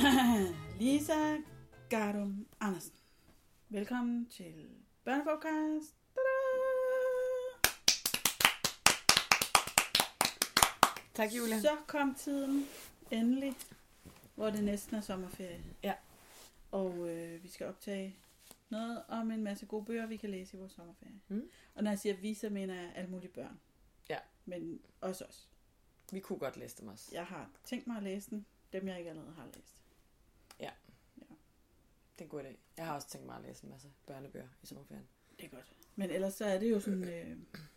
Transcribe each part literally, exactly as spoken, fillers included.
Lisa Gardum Andersen. Velkommen til Børnepodcast. Tak, Julia. Så kom tiden endelig, hvor det næsten er sommerferie. Ja. Og øh, vi skal optage noget om en masse gode bøger, vi kan læse i vores sommerferie. Mm. Og når jeg siger vi, så mener jeg alle mulige børn. Ja. Men også os. Vi kunne godt læse dem også. Jeg har tænkt mig at læse den, dem jeg ikke allerede har læst. Ja. Ja. Det er en god idé. Jeg har også tænkt mig at læse en masse børnebøger i sommerferien. Det er godt. Men ellers så er det jo sådan, øh,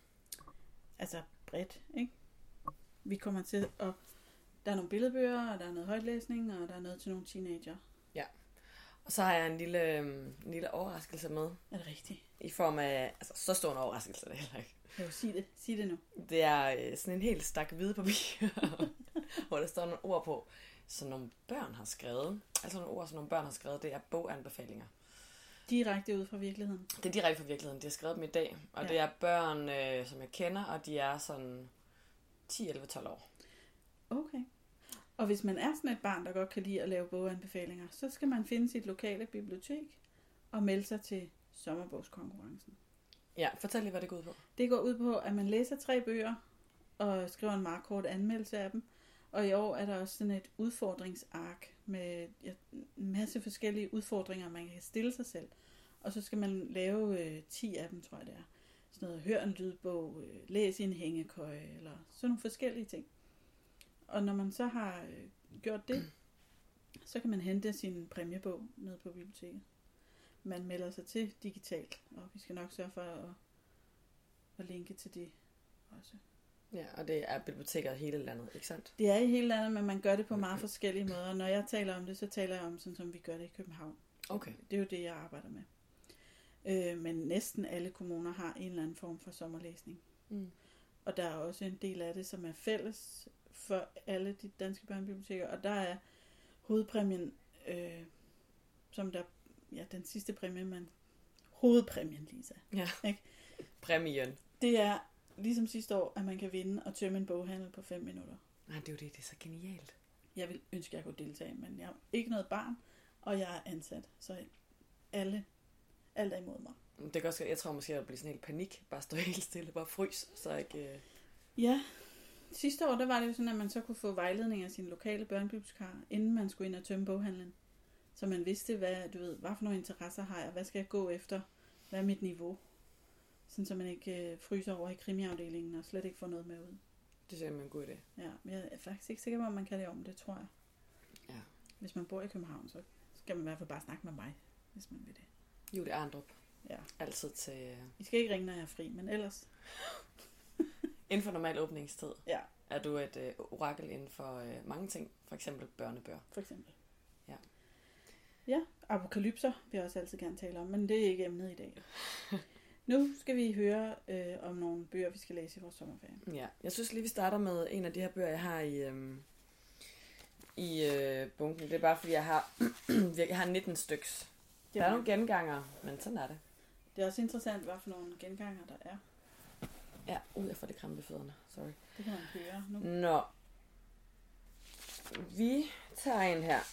altså bredt, ikke? Vi kommer til at, der er nogle billedbøger, og der er noget højtlæsning, og der er noget til nogle teenager. Ja. Og så har jeg en lille, en lille overraskelse med. Er det rigtigt? I form af, altså så stor en overraskelse er det heller ikke. Jeg vil sige det. Sig det nu. Det er øh, sådan en helt stak hvide papir, hvor der står nogle ord på, som nogle børn har skrevet. Altså nogle ord, som nogle børn har skrevet, det er boganbefalinger. Direkte ud fra virkeligheden. Det er direkte fra virkeligheden. De har skrevet dem i dag. Og Ja. det er børn, øh, som jeg kender, og de er sådan ti, elleve, tolv år. Okay. Og hvis man er sådan et barn, der godt kan lide at lave boganbefalinger, så skal man finde sit lokale bibliotek og melde sig til sommerbogskonkurrencen. Ja, fortæl lige, hvad det går ud på. Det går ud på, at man læser tre bøger og skriver en meget kort anmeldelse af dem. Og i år er der også sådan et udfordringsark med ja, en masse forskellige udfordringer, man kan stille sig selv. Og så skal man lave øh, ti af dem, tror jeg det er. Sådan noget, hør en lydbog, øh, læs i en hængekøje, eller sådan nogle forskellige ting. Og når man så har øh, gjort det, så kan man hente sin præmiebog ned på biblioteket. Man melder sig til digitalt, og vi skal nok sørge for at, at linke til det også. Ja, og det er biblioteker i hele landet, ikke sandt? Det er i hele landet, men man gør det på meget forskellige måder. Når jeg taler om det, så taler jeg om sådan, som vi gør det i København. Okay. Det er jo det, jeg arbejder med. Øh, men næsten alle kommuner har en eller anden form for sommerlæsning. Mm. Og der er også en del af det, som er fælles for alle de danske børnebiblioteker. Og der er hovedpræmien, øh, som der, ja, den sidste præmie, man, hovedpræmien, Lisa. Ja, ikke? Præmien. Det er ligesom sidste år, at man kan vinde og tømme en boghandel på fem minutter. Nej, det er jo det, det er så genialt. Jeg vil ønske, at jeg kunne deltage, men jeg har ikke noget barn, og jeg er ansat, så alle, alt er imod mig. Det kan også, jeg tror måske, at der bliver sådan helt panik. Bare stå helt stille, bare frys, så ikke... Øh... Ja, sidste år, der var det jo sådan, at man så kunne få vejledning af sin lokale børnebibliotekar, inden man skulle ind og tømme boghandlen. Så man vidste, hvad, du ved, hvad for nogle interesser har jeg, hvad skal jeg gå efter, hvad er mit niveau. Sådan, så man ikke øh, fryser over i krimiafdelingen og slet ikke får noget med ud. Det synes jeg er en god idé. Ja, men jeg er faktisk ikke sikker på, om man kan det om, det tror jeg. Ja. Hvis man bor i København, så skal man i hvert fald bare snakke med mig, hvis man vil det. Julie Arndrup. Ja. Altid til... Øh... I skal ikke ringe, når jeg er fri, men ellers... Inden for normal åbningstid Ja. er du et øh, orakel inden for øh, mange ting. For eksempel børnebøger. For eksempel. Ja. Ja, apokalypser vil jeg også altid gerne tale om, men det er ikke emnet i dag. Nu skal vi høre øh, om nogle bøger, vi skal læse i vores sommerferie. Ja, jeg synes lige, vi starter med en af de her bøger, jeg har i, øhm, i øh, bunken. Det er bare, fordi jeg har, jeg har nitten styks. Der er nogle genganger, men sådan er det. Det er også interessant, hvad for nogle genganger der er. Ja, uh, jeg får det krampe i fødderne. Sorry. Det kan man høre nu. Nå. Vi tager en her.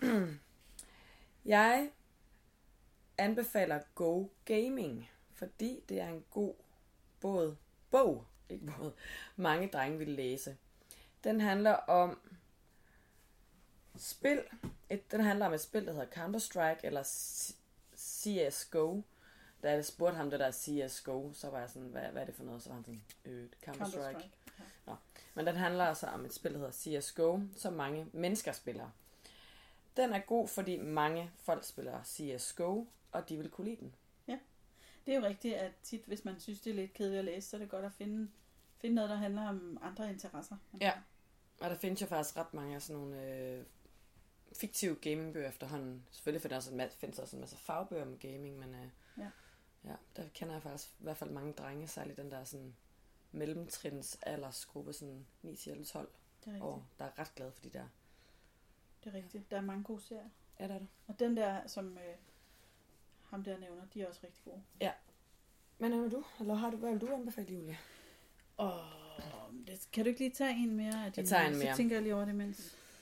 Jeg anbefaler Go Gaming, fordi det er en god båd, bog, ikke båd, mange drenge vil læse. Den handler om spil, et, den handler om et spil, der hedder Counter-Strike, eller C S G O. Da jeg spurgte ham det der C S G O, så var jeg sådan, hvad, hvad er det for noget? Så var han sådan, øh, Counter-Strike. Counter-Strike. Ja. Nå. Men den handler altså om et spil, der hedder C S G O, som mange mennesker spiller. Den er god, fordi mange folk spiller C S G O, og de vil kunne lide den. Det er jo rigtigt, at tit, hvis man synes, det er lidt kedeligt at læse, så er det godt at finde, finde noget, der handler om andre interesser. Ja, og der findes jo faktisk ret mange af sådan nogle øh, fiktive gamingbøger efterhånden. Selvfølgelig findes der også, findes også en masse fagbøger om gaming, men øh, ja. Ja, der kender jeg faktisk i hvert fald mange drenge, særligt den der sådan mellemtrins aldersgruppe, sådan ni til elleve tolv år, der er ret glade for de der. Det er rigtigt. Der er mange gode serier. Ja, der er der. Og den der, som øh, ham der nævner, de er også rigtig gode. Ja. Hvad nævner du? Eller har du, hvad vil du anbefale, Julia? Og det, kan du ikke lige tage en mere af dine? Jeg tager en mere. Så tænker jeg lige over det, mens...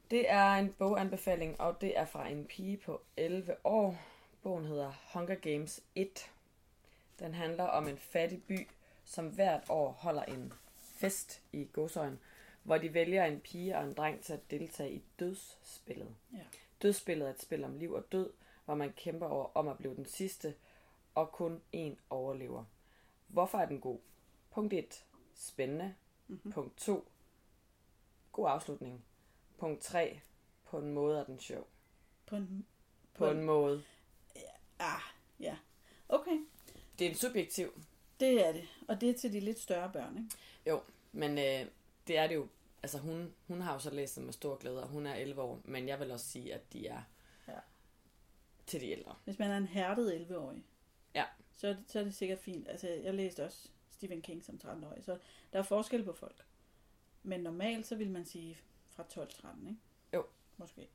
Det er en boganbefaling, og det er fra en pige på elleve år. Bogen hedder Hunger Games et. Den handler om en fattig by, som hvert år holder en fest i gåseøjne, hvor de vælger en pige og en dreng til at deltage i dødsspillet. Ja. Dødsspillet er et spil om liv og død, hvor man kæmper over om at blive den sidste, og kun én overlever. Hvorfor er den god? Punkt et. Spændende. Mm-hmm. Punkt to. God afslutning. Punkt tre. På en måde er den sjov. På en, på, på en, en måde. Ja, ah, ja. Okay. Det er en subjektiv. Det er det. Og det er til de lidt større børn, ikke? Jo, men øh, det er det jo. Altså hun, hun har jo så læst dem med stor glæde, og hun er elleve år. Men jeg vil også sige, at de er ja. til de ældre. Hvis man er en hærdet elleve-årig, ja. så, er det, så er det sikkert fint. Altså jeg læste også Stephen King som tretten-årig, så der er forskel på folk. Men normalt så vil man sige fra tolv til tretten, ikke? Jo. Måske.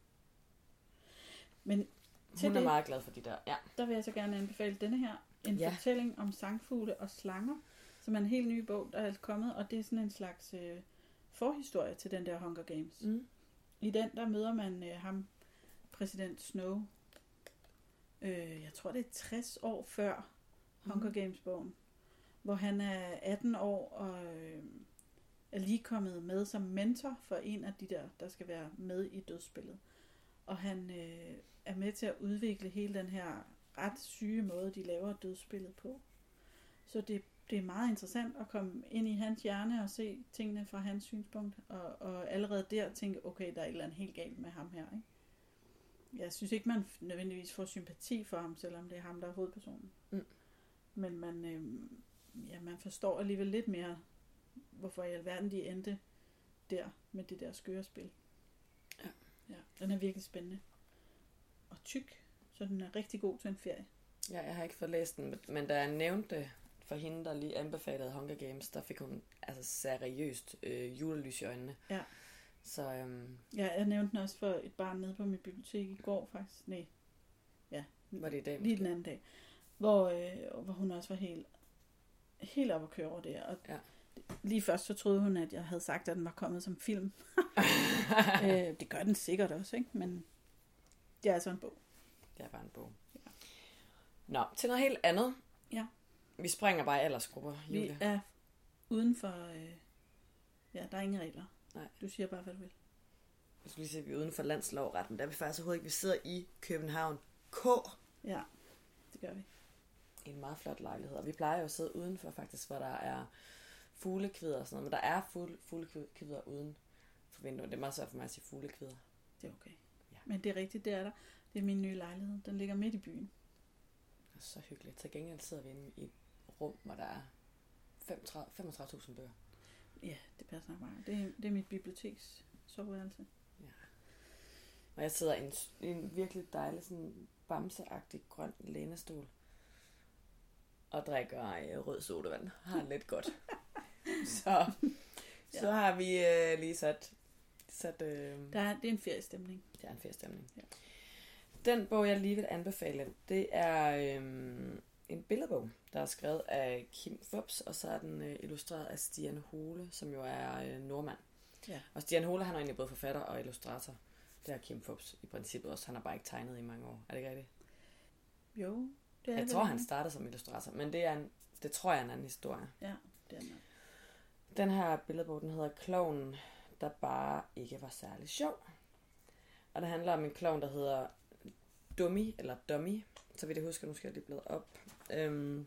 Men til hun er det, meget glad for de der, ja. Der vil jeg så gerne anbefale denne her. En ja. fortælling om sangfugle og slanger, som er en helt ny bog, der er kommet, og det er sådan en slags øh, forhistorie til den der Hunger Games. Mm. I den, der møder man øh, ham, præsident Snow, øh, jeg tror det er tres år før Hunger mm. Games-bogen, hvor han er atten år og øh, er lige kommet med som mentor for en af de der, der skal være med i dødsspillet. Og han øh, er med til at udvikle hele den her ret syge måde, de laver dødsspillet på. Så det, det er meget interessant at komme ind i hans hjerne og se tingene fra hans synspunkt, og, og allerede der tænke, okay, der er et eller andet helt galt med ham her, ikke? Jeg synes ikke, man nødvendigvis får sympati for ham, selvom det er ham, der er hovedpersonen. Mm. Men man, øh, ja, man forstår alligevel lidt mere, hvorfor i alverden de endte der med det der skøre spil. Ja. Ja, den er virkelig spændende. Og tyk, så den er rigtig god til en ferie. Ja, jeg har ikke fået læst den, men da jeg nævnte det for hende, der lige anbefalede Hunger Games, der fik hun altså seriøst øh, julelys i øjnene. Ja. Så, øhm... ja, jeg nævnte den også for et barn nede på mit bibliotek i går faktisk. Nej, ja. Var det i dag? Måske? Lige den anden dag. Hvor, øh, hvor hun også var helt, helt op at køre over det. Og ja. Lige først så troede hun, at jeg havde sagt, at den var kommet som film. øh, det gør den sikkert også, ikke? Men det er altså en bog. Det er bare en bog. Ja. Nå, til noget helt andet. Ja. Vi springer bare i aldersgrupper, Julie. Vi er uden for... Øh... Ja, der er ingen regler. Nej. Du siger bare, hvad du vil. Jeg skulle lige sige, at vi er uden for landslovretten. Der er vi faktisk overhovedet ikke. Vi sidder i København K. Ja, det gør vi. I en meget flot lejlighed. Og vi plejer jo at sidde udenfor faktisk, hvor der er fuglekvider og sådan noget. Men der er fugle, fuglekvider uden for vinduet. Det er meget svært for mig at sige fuglekvider. Det er okay. Ja. Men det er rigtigt, det er der. Det er min nye lejlighed. Den ligger midt i byen. Det er så hyggeligt. Til gengæld sidder vi inde i et rum, hvor der er femogtredive tusind bøger. Ja, det passer nok meget. Det er, det er mit biblioteks soveværelse. Ja. Og jeg sidder i en, i en virkelig dejlig, sådan bamseagtig grøn lænestol. Og drikker øh, rød sodavand. Har lidt godt. så så ja. har vi øh, lige sat... sat øh, der er, det er en feriestemning. Det er en feriestemning. Ja. Den bog, jeg lige vil anbefale, det er øh, en billedbog, der er skrevet af Kim Fupz, og så er den øh, illustreret af Stian Hole, som jo er øh, nordmand. Ja. Og Stian Hole, han er egentlig både forfatter og illustrator. Det er Kim Fupz i princippet også. Han har bare ikke tegnet i mange år. Er det ikke rigtigt? Jo, det er Jeg det. tror, han startede som illustrator, men det, er en, det tror jeg er en anden historie. Ja, det er nok. Den her billedbog, den hedder Klovnen, der bare ikke var særlig sjov. Og det handler om en klovn, der hedder Dummy, eller Dummy, så vidt jeg husker, nu skal jeg lige bladre op. Øhm,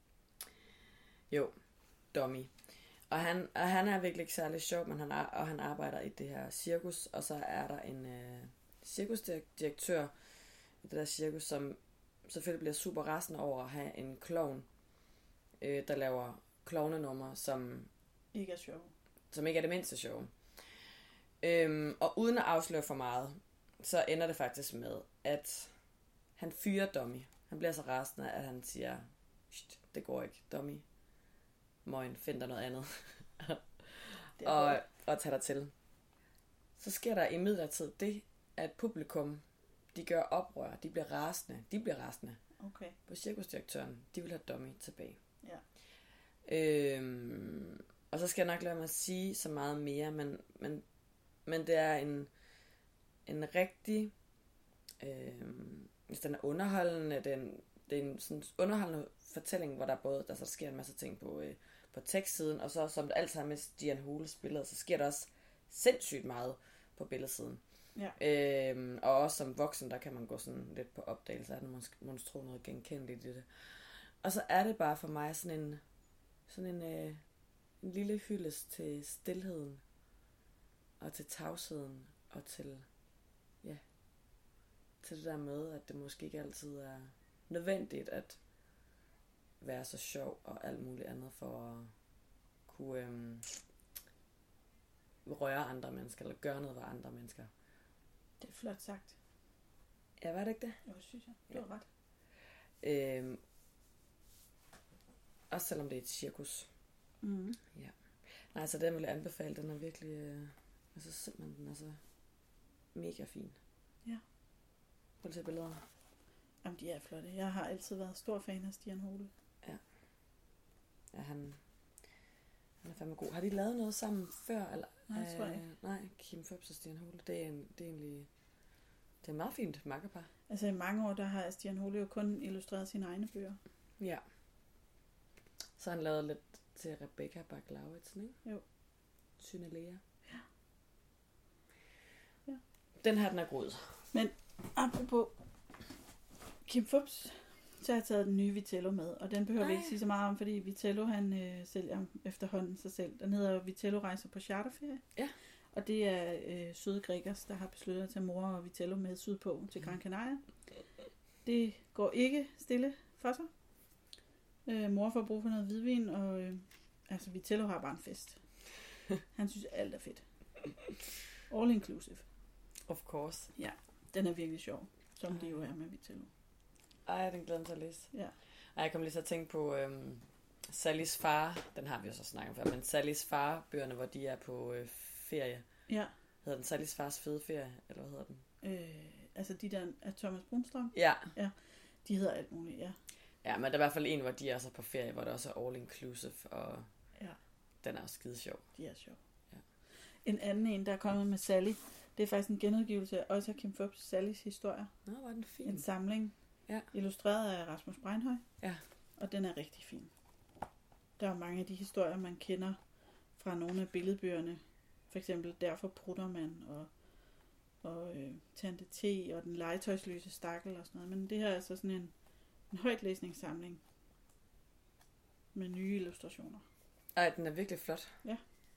jo, Dummy. Og han, og han er virkelig ikke særlig sjov, men han, er, og han arbejder i det her cirkus, og så er der en øh, cirkusdirektør i det der cirkus, som selvfølgelig bliver super rasende over at have en klovn, øh, der laver klovnenummer, som ikke er sjov. Som ikke er det mindste sjov. Øhm, og uden at afsløre for meget, så ender det faktisk med, at han fyrer Dummy. Han bliver så rasende, at han siger, det går ikke, Dummy. Møgen, find dig noget andet. og, og tag dig til. Så sker der imidlertid det, at publikum, de gør oprør, de bliver rasende, de bliver rasende. Okay. På cirkusdirektøren, de vil have Dummy tilbage. Ja. Øhm, og så skal jeg nok lade mig at sige så meget mere, men, men, men det er en en rigtig, øh, hvis den er underholdende, den, det er en sådan underholdende fortælling, hvor der både, der så sker en masse ting på, øh, på tekstsiden, og så som det altid har med Stian Holes billeder, så sker der også sindssygt meget på billedsiden. Ja. Øhm, og også som voksen, der kan man gå sådan lidt på opdagelse af den, måske måske tro noget genkendeligt i det. Og så er det bare for mig sådan en, sådan en, øh, en lille hyldest til stilheden, og til tavsheden, og til, ja, til det der med, at det måske ikke altid er nødvendigt at være så sjov og alt muligt andet for at kunne øhm, røre andre mennesker, eller gøre noget ved andre mennesker. Det er flot sagt. Ja, var det ikke det? Jo, synes jeg. Du har ret. Øhm, også selvom det er et cirkus. Mm. Ja. Nej, så den vil jeg anbefale. Den er virkelig, øh, altså simpelthen, den er så mega fin. Ja. Prøv at se billeder. Jamen, de er flotte. Jeg har altid været stor fan af Stian Hole. Ja. Ja, han, han er fandme god. Har de lavet noget sammen før? Eller, Nej, tror jeg ikke. Nej, Kim Phipps og Stian Hole. Det er, en, det er egentlig, det er meget fint makkerpar. Altså, i mange år, der har Stian Hole jo kun illustreret sine egne bøger. Ja. Så har han lavet lidt til Rebecca Bach-Lauritsen, ikke? Jo. Synelea. Ja. Ja. Den her, den er god. Men apropos Kim Phipps, så har jeg taget den nye Vitello med, og den behøver Ej. vi ikke sige så meget om, fordi Vitello, han øh, sælger efterhånden sig selv. Den hedder Vitello rejser på charterferie. Ja. Og det er øh, søde Gregers, der har besluttet at tage mor og Vitello med sydpå til Gran Canaria. Det går ikke stille for sig. Øh, mor får brug for noget hvidvin, og øh, altså Vitello har bare en fest. Han synes, alt er fedt. All inclusive. Of course. Ja, den er virkelig sjov, som det jo er med Vitello. Ej, den glæder mig til at læse. Ja. Ej, jeg kom lige så at tænke på øhm, Sallys far. Den har vi jo så snakket om før, men Sallys far, bøgerne, hvor de er på øh, ferie. Ja. Hedder den Sallys fars fede ferie, eller hvad hedder den? Øh, altså de der af Thomas Brunstrøm? Ja. Ja, de hedder alt muligt, ja. Ja, men der er i hvert fald en, hvor de er så på ferie, hvor det også er all inclusive, og ja. Den er også skide sjov. De er sjov. Ja. En anden en, der er kommet med Sally, det er faktisk en genudgivelse af også Kim Phipps Sallys historier. Nå, var den fin. En samling, ja. Illustreret af Rasmus Breinhøj. Ja. Og den er rigtig fin. Der er mange af de historier, man kender fra nogle af billedbøgerne. For eksempel Derfor prutter man, og, og øh, Tante T, og Den legetøjsløse stakkel og sådan noget. Men det her er altså sådan en, en højtlæsningssamling med nye illustrationer. Ej, den er virkelig flot. Ja.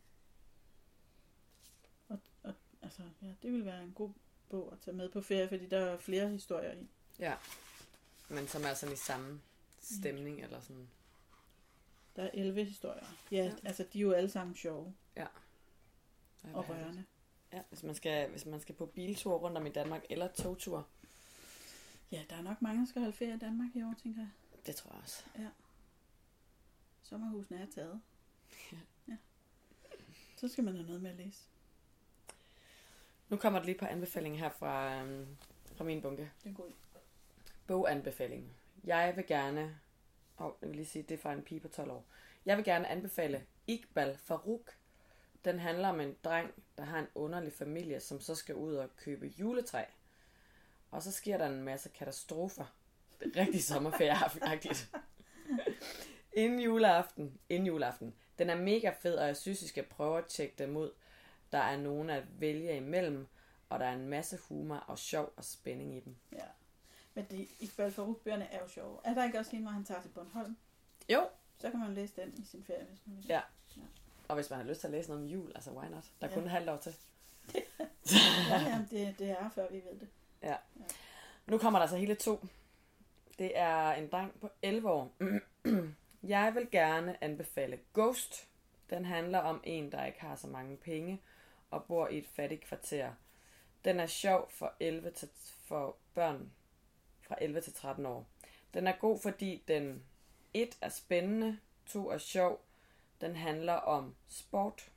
Og, og altså, ja, det vil være en god bog at tage med på ferie, fordi der er flere historier i. Ja, men som er sådan i samme stemning, mm. eller sådan. Der er elleve historier. Ja, ja, altså de er jo alle sammen sjove. Ja. Og rørende. Ja, hvis man, skal, hvis man skal på biltur rundt om i Danmark, eller togtur. Ja, der er nok mange, der skal holde ferie i Danmark i år, tænker jeg. Det tror jeg også. Ja. Sommerhusene er taget. Ja. Ja. Så skal man have noget med at læse. Nu kommer der lige et par anbefalinger her fra, øhm, fra min bunke. Det er god. Boganbefaling. Jeg vil gerne, og jeg vil lige sige, det er fra en pige på tolv år. Jeg vil gerne anbefale Iqbal Farooq. Den handler om en dreng, der har en underlig familie, som så skal ud og købe juletræ. Og så sker der en masse katastrofer. Det er rigtig sommerferieagtigt. Inden juleaften, inden juleaften. Den er mega fed, og jeg synes, I skal prøve at tjekke dem ud. Der er nogen at vælge imellem, og der er en masse humor og sjov og spænding i dem. Ja, men de Iqbal Farooq-bøgerne er jo sjove. Er der ikke også en, hvor han tager til Bornholm? Jo. Så kan man læse den i sin ferie, hvis man vil. Ja. Ja. Og hvis man har lyst til at læse noget om jul, altså why not? Der er ja. kun et halvt år til. ja, jamen, det, det er før vi ved det. Ja. Ja. Nu kommer der så hele to. Det er en dreng på elleve år. Jeg vil gerne anbefale Ghost. Den handler om en, der ikke har så mange penge og bor i et fattigt kvarter. Den er sjov for, elleve til, for børn fra elleve til tretten år. Den er god, fordi den et er spændende, to er sjov. Den handler om sport.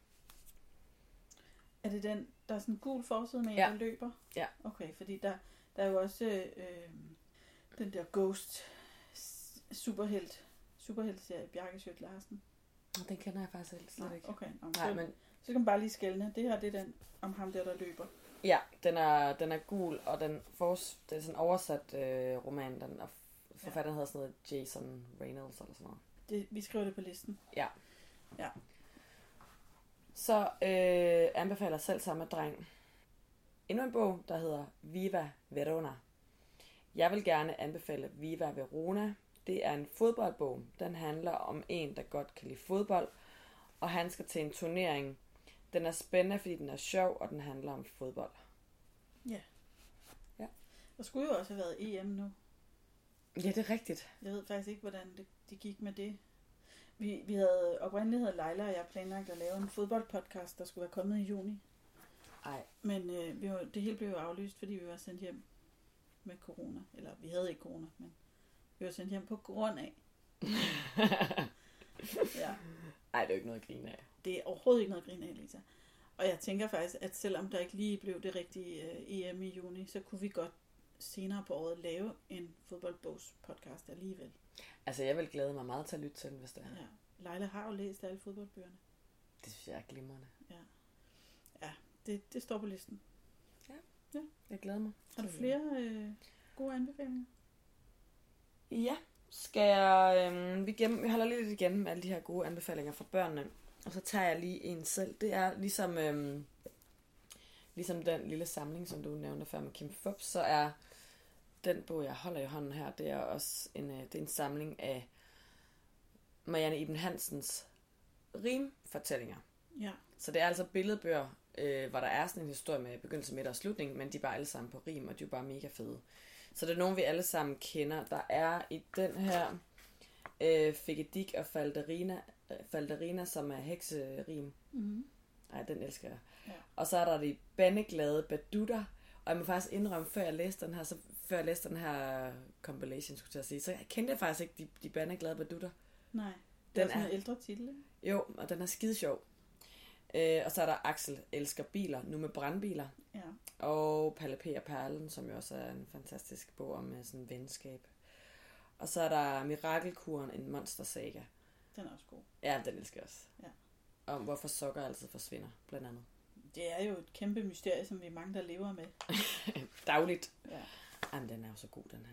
Er det den, der er sådan en gul forside med en, ja. der løber? Ja. Okay, fordi der, der er jo også øh, den der Ghost superhelt, superhelt-serie, Bjarke Schødt Larsen. Den kender jeg faktisk slet Nej, ikke. Okay, Nå, Nej, så, men... så kan man bare lige skelne. Det her det er den om ham der, der løber. Ja, den er, den er gul, og den for, det er sådan en oversat øh, roman. Den er, forfatteren ja. hedder sådan noget Jason Reynolds eller sådan noget. Det, vi skriver det på listen. Ja. Ja. Så øh, anbefaler selv samme dreng endnu en bog, der hedder Viva Verona. Jeg vil gerne anbefale Viva Verona. Det er en fodboldbog. Den handler om en, der godt kan lide fodbold, og han skal til en turnering. Den er spændende, fordi den er sjov, og den handler om fodbold. Ja. Ja. Der skulle jo også have været E M nu. Ja, det er rigtigt. Jeg ved faktisk ikke, hvordan det, det gik med det. Vi, vi havde oprindeligt havde Leila og jeg planlagt at lave en fodboldpodcast, der skulle være kommet i juni. Ej. Men øh, vi var, det hele blev jo aflyst, fordi vi var sendt hjem med corona. Eller vi havde ikke corona, men vi var sendt hjem på grund af. Ja. Ej, det er jo ikke noget at grine af. Det er overhovedet ikke noget at grine af, Lisa. Og jeg tænker faktisk, at selvom der ikke lige blev det rigtige øh, E M i juni, så kunne vi godt senere på året lave en fodboldbogspodcast alligevel. Altså, jeg vil glæde mig meget til at lytte til den, hvis det er. Ja. Leila har jo læst alle fodboldbøgerne. Det synes jeg er glimrende. Ja, ja det, det står på listen. Ja, ja. Jeg glæder mig. Har du flere øh, gode anbefalinger? Ja, skal jeg... Øh, vi, gennem, vi holder lidt igen med alle de her gode anbefalinger fra børnene. Og så tager jeg lige en selv. Det er ligesom, øh, ligesom den lille samling, som du nævnte før med Kim Fupz, så er den bog, jeg holder i hånden her, det er også en, det er en samling af Marianne Iben Hansens rimfortællinger. Ja. Så det er altså billedbøger, øh, hvor der er sådan en historie med begyndelse, midt og slutning, men de er bare alle sammen på rim, og de er bare mega fede. Så det er nogen, vi alle sammen kender. Der er i den her øh, Figedik og Falderina, øh, Falderina, som er hekserim. Mm-hmm. Ej, den elsker jeg. Ja. Og så er der de bandeglade badutter. Og jeg må faktisk indrømme, før jeg læste den her, så før jeg læste den her compilation, skulle jeg sige, så jeg kendte jeg faktisk ikke de, de bandeglade badutter. Nej, det er den sådan en ældre titel. Jo, og den er skide sjov. Øh, og så er der Axel elsker biler, nu med brandbiler. Ja. Og Palle P. og Perlen, som jo også er en fantastisk bog om sådan venskab. Og så er der Mirakelkuren, en monstersaga. Den er også god. Ja, den elsker jeg også. Ja. Om hvorfor sokker altid forsvinder, blandt andet. Det er jo et kæmpe mysterie, som vi er mange, der lever med. Dagligt. Ja. Jamen, den er jo så god, den her.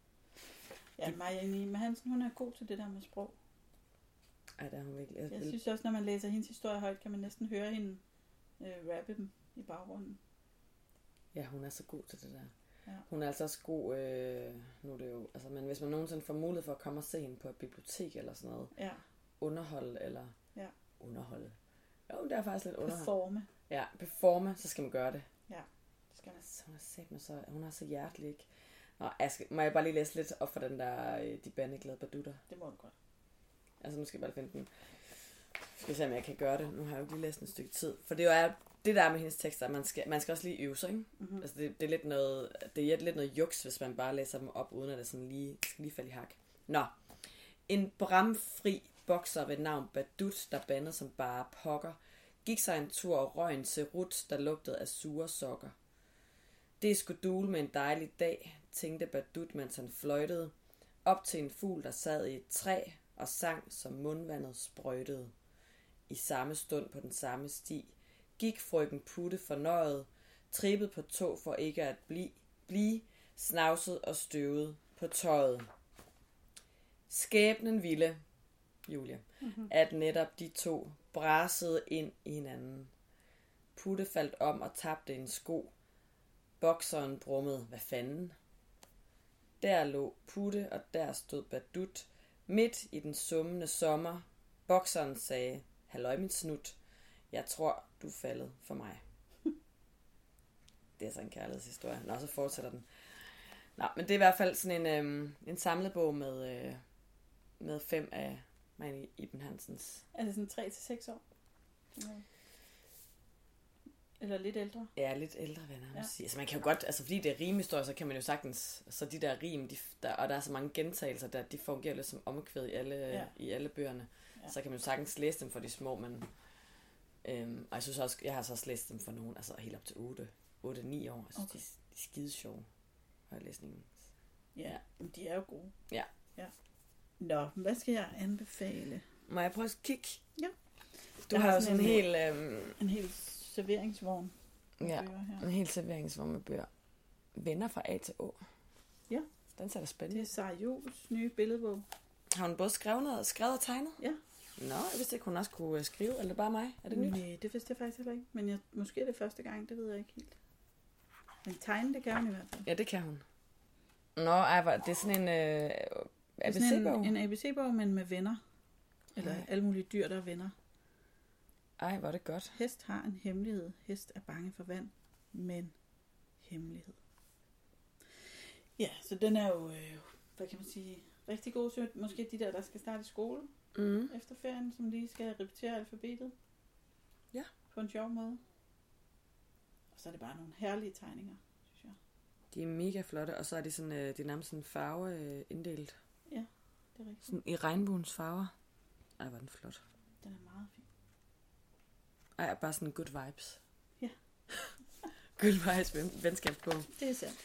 Ja, Marianne Iben Hansen, hun er god til det der med sprog. Ej, det er hun virkelig. Jeg, jeg synes også, når man læser hendes historie højt, kan man næsten høre hende øh, rappe dem i baggrunden. Ja, hun er så god til det der. Ja. Hun er altså også god, øh, nu er det jo, altså, men hvis man nogensinde får mulighed for at komme og se hende på et bibliotek eller sådan noget, ja. underholde eller ja. underholde. Jo, det er faktisk lidt underholde. Performe. Ja, performe, så skal man gøre det. Ja, det skal man. Så hun er set med så, hun er så hjertelig, ikke? Nå, jeg skal, må jeg bare lige læse lidt op for den der, de bandeglade badutter? Det må du godt. Altså, nu skal jeg bare finde den. Skal jeg se, om jeg kan gøre det. Nu har jeg jo ikke lige læst en stykke tid. For det er jo det der med hendes tekster, man skal, man skal også lige øve sig, ikke? Mm-hmm. Altså, det, det, er lidt noget, det er lidt noget juks, hvis man bare læser dem op, uden at det sådan lige, skal lige falde i hak. Nå. En bramfri bokser ved navn Badut, der bandede som bare pokker, gik sig en tur og røg en cerut, der lugtede af sure sokker. Det skulle dule med en dejlig dag, tænkte Badut, mens han fløjtede, op til en fugl, der sad i et træ og sang, som mundvandet sprøjtede. I samme stund på den samme sti gik frøken Putte fornøjet, trippet på tog for ikke at blive, blive snavset og støvet på tøjet. Skæbnen ville, Julia, mm-hmm. at netop de to brasede ind i hinanden. Putte faldt om og tabte en sko. Bokseren brummede, hvad fanden? Der lå Putte, og der stod Badut, midt i den summende sommer. Bokseren sagde, halløj min snut, jeg tror, du er faldet for mig. Det er så en kærlighedshistorie. Nå, så fortsætter den. Nå, men det er i hvert fald sådan en, øhm, en samlet bog med, øh, med fem af Marianne Iben Hansens. Er det sådan tre til seks år? Eller lidt ældre? Ja, lidt ældre, vil jeg nærmest ja. sige. Altså man kan jo godt, altså fordi det er rimhistorie, så kan man jo sagtens, så de der rim, de, der, og der er så mange gentagelser, der de fungerer lidt som omkvæd i alle, ja. i alle bøgerne. Ja. Så kan man jo sagtens læse dem for de små, men øhm, og jeg synes også, jeg har så også læst dem for nogen, altså helt op til otte ni år. Jeg synes, okay. de, de er skide sjove, højlæsningen. Ja, ja, de er jo gode. Ja. ja. Nå, hvad skal jeg anbefale? Må jeg prøve at kigge? Ja. Du jeg har jo sådan en, en hel... Øhm, en hel serveringsvogn. Ja, bøger her. en hel serveringsvogn med bøger. Venner fra A til Å. Ja. Den ser da spændende. Det er Sara Juhls nye billedbog. Har hun både skrevet, og, skrevet og tegnet? Ja. Nå, jeg vidste ikke, hun også kunne skrive, eller bare mig. Er det nyt? Nej, det vidste jeg faktisk heller ikke. Men jeg, måske er det første gang, det ved jeg ikke helt. Men tegne, det kan hun i hvert fald. Ja, det kan hun. Nå, ej, hvor- det er sådan en øh, Det er sådan A B C-bog. en, en A B C-bog, men med venner. Eller Nej. alle mulige dyr, der er venner. Ej, hvor er det godt. Hest har en hemmelighed. Hest er bange for vand, men hemmelighed. Ja, så den er jo, øh, hvad kan man sige, rigtig god til måske de der, der skal starte i skole Mm. efter ferien, som lige skal repetere alfabetet. Ja. På en sjov måde. Og så er det bare nogle herlige tegninger, synes jeg. De er mega flotte, og så er de sådan, øh, de er nærmest sådan farve øh, inddelt. Ja, det er rigtigt. Sådan i regnbuens farver. Ej, hvor er den flot. Den er meget fin. Ej, bare sådan good vibes. Ja. Good vibes ven- venskabsbog. Det er sandt.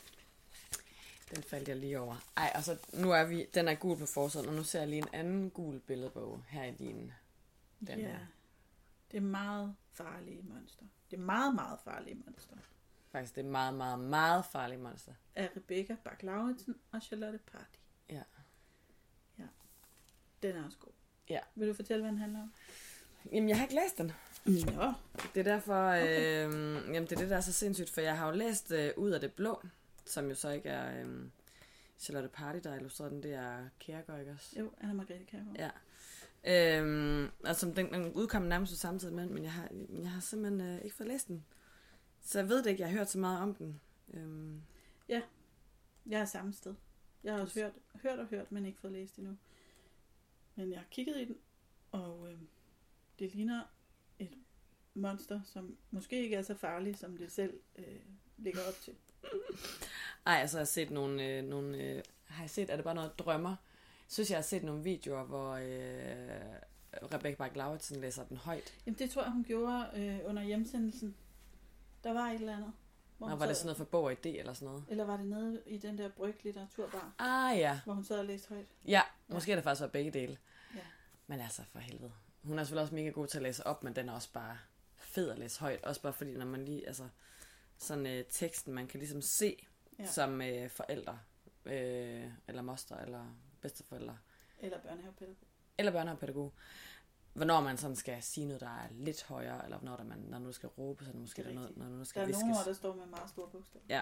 Den faldt jeg lige over. Ej, og så nu er vi, den er gul på forsiden, og nu ser jeg lige en anden gul billedbog her i din. Den ja. her. Det er meget farlige monster. Det er meget, meget farlige monster. Faktisk, det er meget, meget, meget farlige monster. Af Rebecca Bach-Lauritsen og Charlotte Party. Ja. Ja. Den er også god. Ja. Vil du fortælle, hvad den handler om? Jamen, jeg har ikke læst den. Nå. Det er derfor, okay. øh, jamen det er det, der er så sindssygt, for jeg har jo læst øh, Ud af det blå, som jo så ikke er øh, Charlotte Party, der har illustreret den, det er Kjærgaard, ikke også? Jo, Anna Margrethe Kjærgaard. Ja. Øhm, altså, den, den udkom nærmest samtidig med, men jeg har, jeg har simpelthen øh, ikke fået læst den. Så jeg ved det ikke, jeg har hørt så meget om den. Øhm, Ja, jeg er samme sted. Jeg har også hørt, hørt og hørt, men ikke fået læst endnu. Men jeg har kigget i den, og øh, det ligner et monster, som måske ikke er så farligt, som det selv øh, ligger op til. ej, altså jeg har set nogle, øh, nogle øh, har jeg set, er det bare noget drømmer? Jeg synes, jeg har set nogle videoer, hvor øh, Rebecca Bach-Lauritsen læser den højt. Jamen, det tror jeg, hun gjorde øh, under hjemsendelsen. Der var et eller andet. Hvor Og hun var det sad- sådan noget for bog og idé eller sådan noget? Eller var det nede i den der Bryg litteraturbar, Ah ja, hvor hun sad og læste højt? ja, måske er det faktisk været begge dele. Ja. Men altså, for helvede. Hun er selvfølgelig også mega god til at læse op, men den er også bare fed at læse højt. Også bare fordi, når man lige, altså, sådan øh, teksten, man kan ligesom se Ja. som øh, forældre, øh, eller moster, eller bedsteforældre, Eller børnehavepædagog. eller børnehavepædagog. Hvornår man sådan skal sige noget, der er lidt højere, eller når, der man, når nu skal råbe, så er det måske Det er der noget, rigtigt. når nu Der skal er viskes. nogle ord, der står med meget store bogstaver. Ja.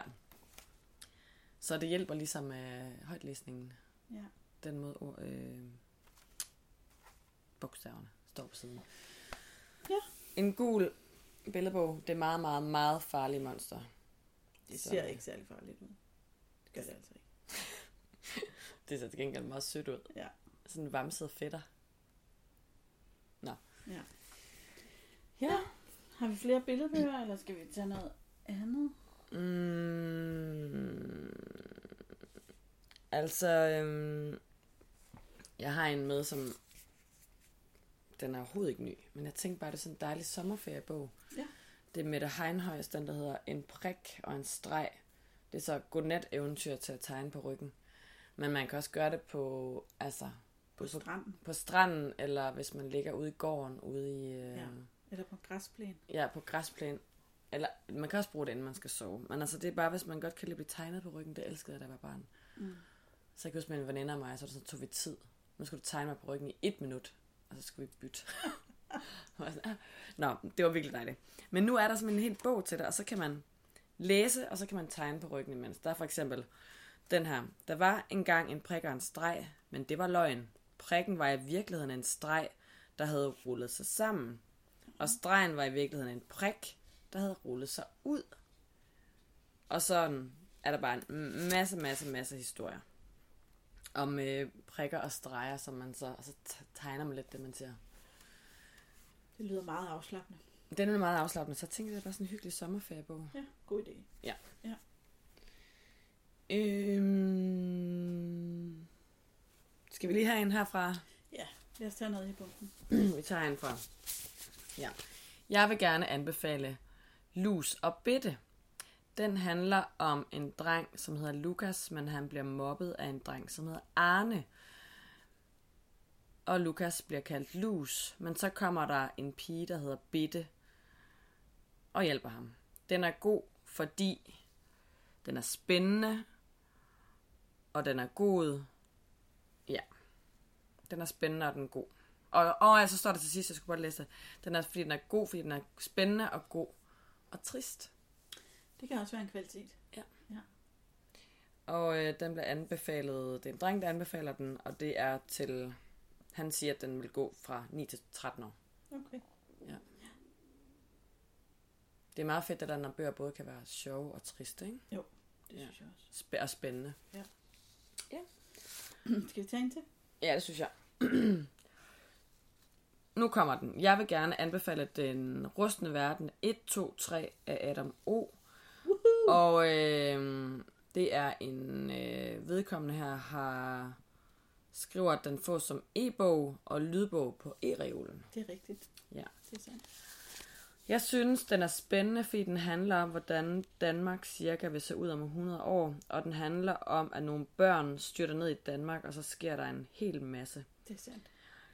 Så det hjælper ligesom øh, højtlæsningen. Ja. Den måde ord, øh, bogstaverne står på siden. Ja. En gul billedbog. Det er meget, meget, meget farlige monster. Det Så- ser ikke særlig farligt ud. Det gør det altså ikke. Det ser til gengæld meget sødt ud. Ja. Sådan en vamset fætter. Ja. Ja. Har vi flere billedbøger, eller skal vi tage noget andet? Mm, altså, øhm, jeg har en med, som den er overhovedet ikke ny, men jeg tænkte bare, det er sådan en dejlig sommerferiebog. Ja. Det er Mette Heinhøjs, den der hedder En prik og en streg. Det er så godnat-eventyr til at tegne på ryggen. Men man kan også gøre det på, altså, På stranden. på stranden, eller hvis man ligger ude i gården, ude i, øh, Ja. Eller på græsplæn. ja, på græsplæn. Eller man kan også bruge det, inden man skal sove. Men altså, det er bare, hvis man godt kan lide at blive tegnet på ryggen. Det elskede jeg, da jeg var barn. Mm. Så jeg kan huske med en veninde af mig, så, så tog vi tid. Nu skal du tegne mig på ryggen i et minut, og så skal vi bytte. Nå, det var virkelig dejligt. Men nu er der simpelthen en hel bog til dig, og så kan man læse, og så kan man tegne på ryggen imens. Der er for eksempel den her. Der var engang en prik og en streg, men det var løgn. Prikken var i virkeligheden en streg, der havde rullet sig sammen. Og stregen var i virkeligheden en prik, der havde rullet sig ud. Og sådan er der bare en masse, masse, masse historier om øh, prikker og streger, som man så, og så tegner man lidt det, man ser. Det lyder meget afslappende. Den er meget afslappende, så jeg tænkte, det er bare sådan en hyggelig sommerferiebog. Ja, god idé. Ja. Ja. Øhm... Skal vi lige have en herfra? Ja, lad os tage noget i bunken. Vi tager en fra. Ja. Jeg vil gerne anbefale Lus og Bitte. Den handler om en dreng, som hedder Lukas, men han bliver mobbet af en dreng, som hedder Arne. Og Lukas bliver kaldt Lus, men så kommer der en pige, der hedder Bitte, og hjælper ham. Den er god, fordi den er spændende, og den er god. Ja, den er spændende, og den er god. Og, og altså står der til sidst, jeg skulle bare læse det. Den er, fordi den er god, fordi den er spændende og god og trist. Det kan også være en kvalitet. Ja. Ja. Og øh, den bliver anbefalet, det er en dreng, der anbefaler den, og det er til, han siger, at den vil gå fra ni til tretten år. Okay. Ja. Det er meget fedt, at der når bøger både kan være sjove og triste, ikke? Jo, det ja. synes jeg også. Spæ- og spændende. Ja. Ja. Skal vi tage en til? Ja, det synes jeg. Nu kommer den. Jeg vil gerne anbefale Den rustne verden et, to, tre af Adam O. Woohoo! Og øh, det er en øh, vedkommende her har skriver, at den får som e-bog og lydbog på e-reolen. Det er rigtigt. Ja. Det er sandt. Jeg synes, den er spændende, fordi den handler om, hvordan Danmark cirka vil se ud om hundrede år. Og den handler om, at nogle børn styrter ned i Danmark, og så sker der en hel masse. Det er sandt.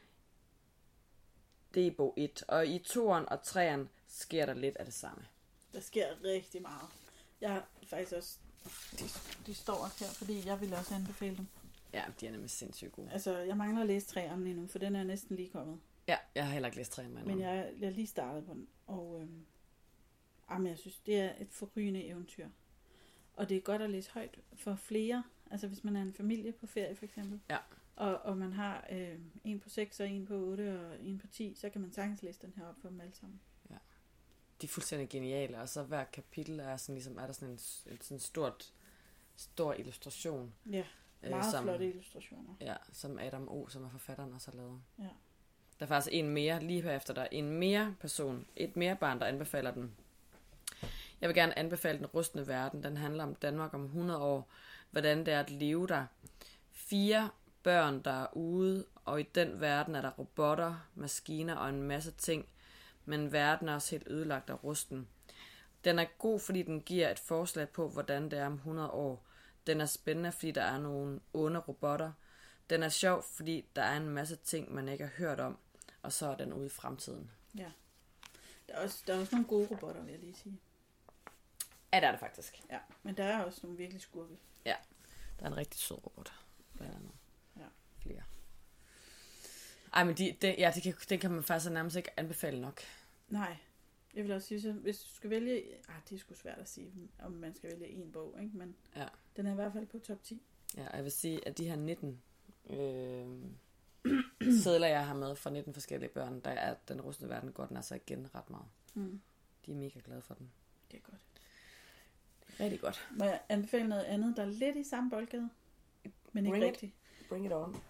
Det er i bog et. Og i toeren og treeren sker der lidt af det samme. Der sker rigtig meget. Jeg har faktisk også... De, de står også her, fordi jeg vil også anbefale dem. Ja, de er nemlig sindssygt gode. Altså, jeg mangler at læse treeren lige nu, for den er næsten lige kommet. Ja, jeg har heller ikke læst treeren med Men jeg, jeg lige startet på den, og øhm, jamen, jeg synes, det er et forrygende eventyr. Og det er godt at læse højt for flere. Altså, hvis man er en familie på ferie, for eksempel. Ja. Og, og man har øh, en på seks, og en på otte, og en på ti, så kan man sagtens læse den her op for dem alle sammen. Ja. De er fuldstændig geniale, og så hver kapitel er sådan ligesom, er der sådan en, en sådan stort, stor illustration. Ja, meget øh, som, flotte illustrationer. Ja, som Adam O., som er forfatteren, også har lavet. Ja. Der er faktisk en mere, lige herefter der er en mere person, et mere barn, der anbefaler den. Jeg vil gerne anbefale Den rustne verden. Den handler om Danmark om hundrede år, hvordan det er at leve der. Fire børn, der er ude, og i den verden er der robotter, maskiner og en masse ting, men verden er også helt ødelagt af rusten. Den er god, fordi den giver et forslag på, hvordan det er om hundrede år. Den er spændende, fordi der er nogle onde robotter. Den er sjov, fordi der er en masse ting, man ikke har hørt om, og så er den ude i fremtiden. Ja. Der er også, der er også nogle gode robotter, vil jeg lige sige. Ja, det er det faktisk. Ja, men der er også nogle virkelig skurke. Ja, der er en rigtig sød robot. Blandt andet. Ja. Flere. Ej, men de, de, ja, det kan, det kan man faktisk nærmest ikke anbefale nok. Nej. Jeg vil også sige, så hvis du skal vælge... Ah, det er sgu svært at sige, om man skal vælge en bog, ikke? Men ja. Den er i hvert fald på top ti. Ja, og jeg vil sige, at de her nitten øh, sædler, jeg har med fra nitten forskellige børn, der er Den rustne verden godt, den er så igen ret meget. Mm. De er mega glade for den. Det er godt. Det er rigtig godt. Må jeg anbefale noget andet, der er lidt i samme boldgade? Men ikke Bring it. rigtigt. Bring it on.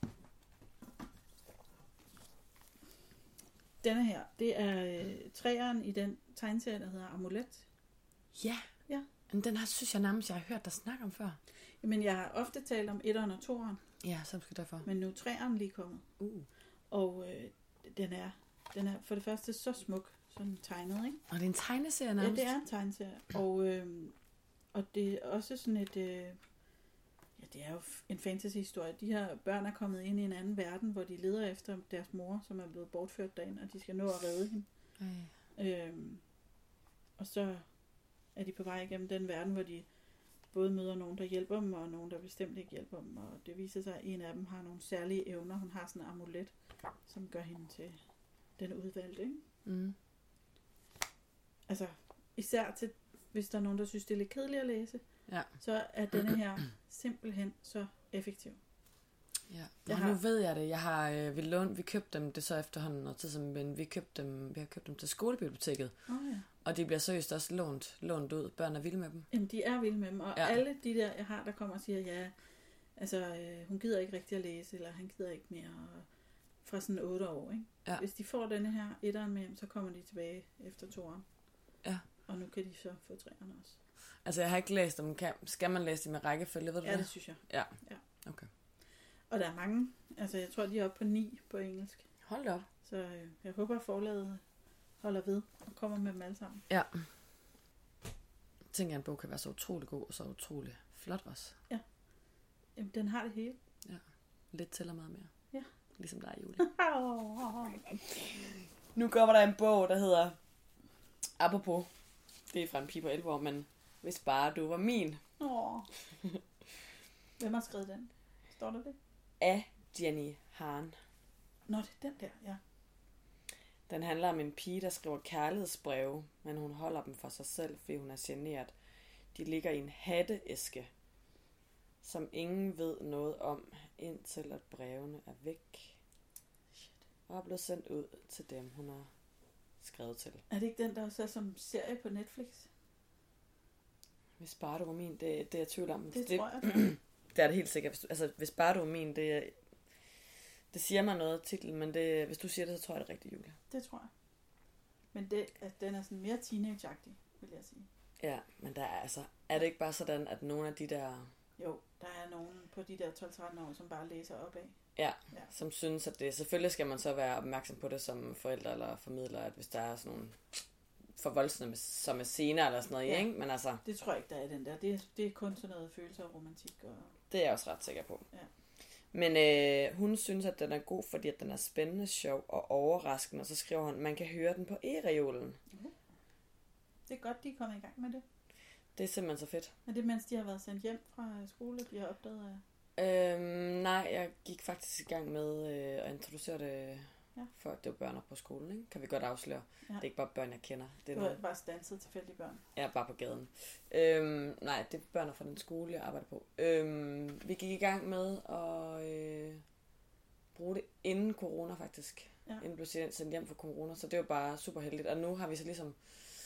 Denne her, det er øh, træeren i den tegneserie, der hedder Amulet. Ja. Ja. Men den her synes jeg nærmest, jeg har hørt dig snakke om før. Men jeg har ofte talt om etteren og toeren. Ja, så måske derfor. Men nu er træeren lige kommet. Uh. Og øh, den, er, den er for det første så smuk, sådan tegnet, ikke? Og det er en tegneserie nærmest? Ja, det er en tegneserie. Og, øh, og det er også sådan et... Øh, ja, det er jo en fantasy-historie. De her børn er kommet ind i en anden verden, hvor de leder efter deres mor, som er blevet bortført derind, og de skal nå at redde hende. Ej. Øhm, og så er de på vej igennem den verden, hvor de både møder nogen, der hjælper dem, og nogen, der bestemt ikke hjælper dem. Og det viser sig, at en af dem har nogle særlige evner. Hun har sådan en amulet, som gør hende til den udvalgte, ikke? Mm. Altså, især til, hvis der er nogen, der synes, det er lidt kedeligt at læse, ja. så er denne her simpelthen så effektiv. Ja, jeg og har... nu ved jeg det. Jeg har, øh, vi, lånt, vi købte dem, det er så efterhånden noget tid, men vi, købte dem, vi har købt dem til skolebiblioteket. Oh, ja. Og de bliver seriøst også lånt, lånt ud. Børn er vilde med dem. Jamen, de er vilde med dem. Og ja. Alle de der, jeg har, der kommer og siger, ja, altså, øh, hun gider ikke rigtig at læse, eller han gider ikke mere, og fra sådan otte år, ikke? Ja. Hvis de får denne her etteren med hjem, så kommer de tilbage efter toeren. Ja. Og nu kan de så få treerne også. Altså, jeg har ikke læst dem. Kan, skal man læse dem i rækkefølge, ved du Ja, det? det synes jeg. Ja. Ja. Okay. Og der er mange. Altså, jeg tror, de er oppe på ni på engelsk. Hold da op. Så øh, jeg håber, at forlaget holder ved og kommer med dem alle sammen. Ja. Jeg tænker, at en bog kan være så utrolig god og så utrolig flot også. Ja. Jamen, den har det hele. Ja. Lidt til og meget mere. Ja. Ligesom dig, Julie. Nu kommer der en bog, der hedder Apropos. Det er fra en pige på elleve år, men hvis bare du var min. Åh. Hvem har skrevet den? Står der det? Af Jenny Hahn. Nå, det er den der, ja. Den handler om en pige, der skriver kærlighedsbreve, men hun holder dem for sig selv, fordi hun er generet. De ligger i en hatteæske, som ingen ved noget om, indtil at brevene er væk. Shit. Og er blevet sendt ud til dem, hun har skrevet til. Er det ikke den, der også er som serie på Netflix? Hvis bare du var min, det, det er jeg tvivl om. Det, det tror jeg. Det. Det er det helt sikkert. Hvis, altså, hvis bare du var min, det, det siger mig noget titlen, men det, hvis du siger det, så tror jeg det er rigtigt, Julia. Det tror jeg. Men det, at den er sådan mere teenage-agtig, vil jeg sige. Ja, men der er altså, er det ikke bare sådan, at nogle af de der... Jo, der er nogen på de der tolv tretten år, som bare læser opad. Ja, Ja. som synes, at det... Selvfølgelig skal man så være opmærksom på det som forældre eller formidler, at hvis der er sådan nogle for voldsomme, som er scener eller sådan noget, Ja. ikke? Men altså, Det tror jeg ikke, der er den der. Det er, det er kun sådan noget følelser og romantik. Og... det er jeg også ret sikker på. Ja. Men øh, hun synes, at den er god, fordi at den er spændende, sjov og overraskende. Og så skriver hun, man kan høre den på e-reolen. Uh. Det er godt, de er kommet i gang med det. Det er simpelthen så fedt. Er det, mens de har været sendt hjem fra skole, de har opdaget af... Øhm, nej, jeg gik faktisk i gang med øh, at introducere det, Ja. for det var børn på skolen, ikke? Kan vi godt afsløre. Ja. Det er ikke bare børn, jeg kender. Det er Du har nogle, bare standset tilfældige børn. jeg er bare på gaden. Øhm, nej, det er børn fra den skole, jeg arbejder på. Øhm, vi gik i gang med at øh, bruge det inden corona, faktisk. Ja. Inden blev sendt hjem for corona, så det var bare super heldigt. Og nu har vi så ligesom,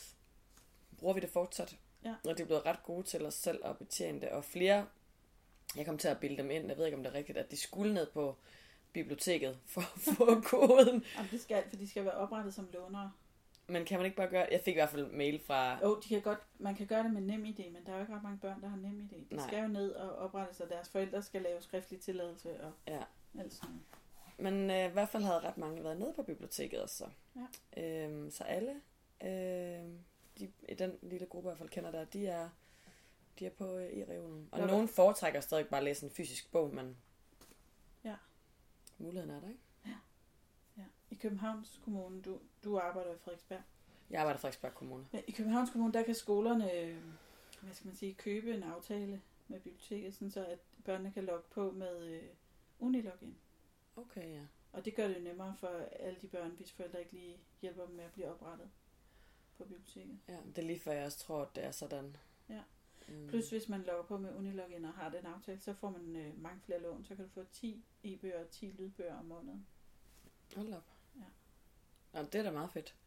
bruger vi det fortsat. Ja. Og det er blevet ret gode til os selv at betjene det. Og flere, jeg kom til at bilde dem ind, jeg ved ikke om det er rigtigt, at de skulle ned på biblioteket for at få koden. Jamen, det skal, for de skal være oprettet som lånere. Men kan man ikke bare gøre... Jeg fik i hvert fald mail fra... Jo, de kan godt, man kan gøre det med nem idé, men der er jo ikke ret mange børn, der har nem idé. De Nej. skal jo ned og oprette sig. Deres forældre skal lave skriftlig tilladelse og Ja. alt sådan noget. Men øh, i hvert fald havde ret mange været nede på biblioteket også. Ja. Øhm, så alle, øh, de, i den lille gruppe i hvert fald kender der, de er, de er på øh, e-reolen. Og Ja. nogen foretrækker stadig bare at læse en fysisk bog, men Ja. muligheden er der, ikke? Ja. I Københavns Kommune, du, du arbejder i Frederiksberg. Jeg arbejder i Frederiksberg Kommune. Ja, i Københavns Kommune, der kan skolerne, øh, hvad skal man sige, købe en aftale med biblioteket, sådan så at børnene kan logge på med øh, Unilogin. Okay, ja. Og det gør det jo nemmere for alle de børn, hvis forældre ikke lige hjælper dem med at blive oprettet på biblioteket. Ja, det er lige før jeg også tror, at det er sådan. Ja. Mm. Plus hvis man logger på med Unilogin og har den aftale, så får man øh, mange flere lån. Så kan du få ti e-bøger og ti lydbøger om måneden. Hold op. Ja. Nå, det er da meget fedt.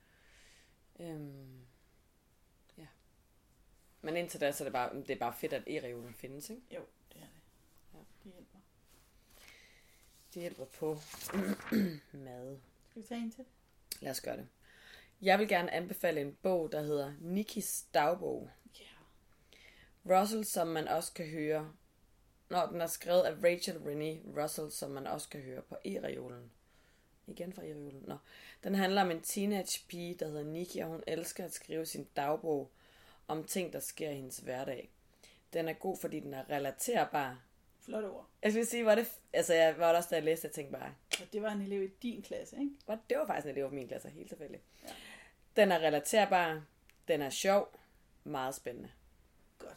Øhm, ja. Men indtil da, så er det bare, det er bare fedt, at e-reolen findes, ikke? Jo, det er det. Ja. Det hjælper. Det hjælper på mad. Skal vi tage en til? Lad os gøre det. Jeg vil gerne anbefale en bog, der hedder Nikis dagbog. Ja. Russell, som man også kan høre... Nå, den er skrevet af Rachel Rennie Russell, som man også kan høre på e-reolen. Igen fra e-reolen. Nå. Den handler om en teenage pige, der hedder Nikki, og hun elsker at skrive sin dagbog om ting, der sker i hendes hverdag. Den er god, fordi den er relaterbar. Flot ord. Jeg skal sige, var det... Altså, jeg var også, da jeg læste, jeg tænkte bare... Og det var en elev i din klasse, ikke? Var- Det var faktisk en elev fra min klasse, helt tilfældigt. Ja. Den er relaterbar, den er sjov, meget spændende. Godt.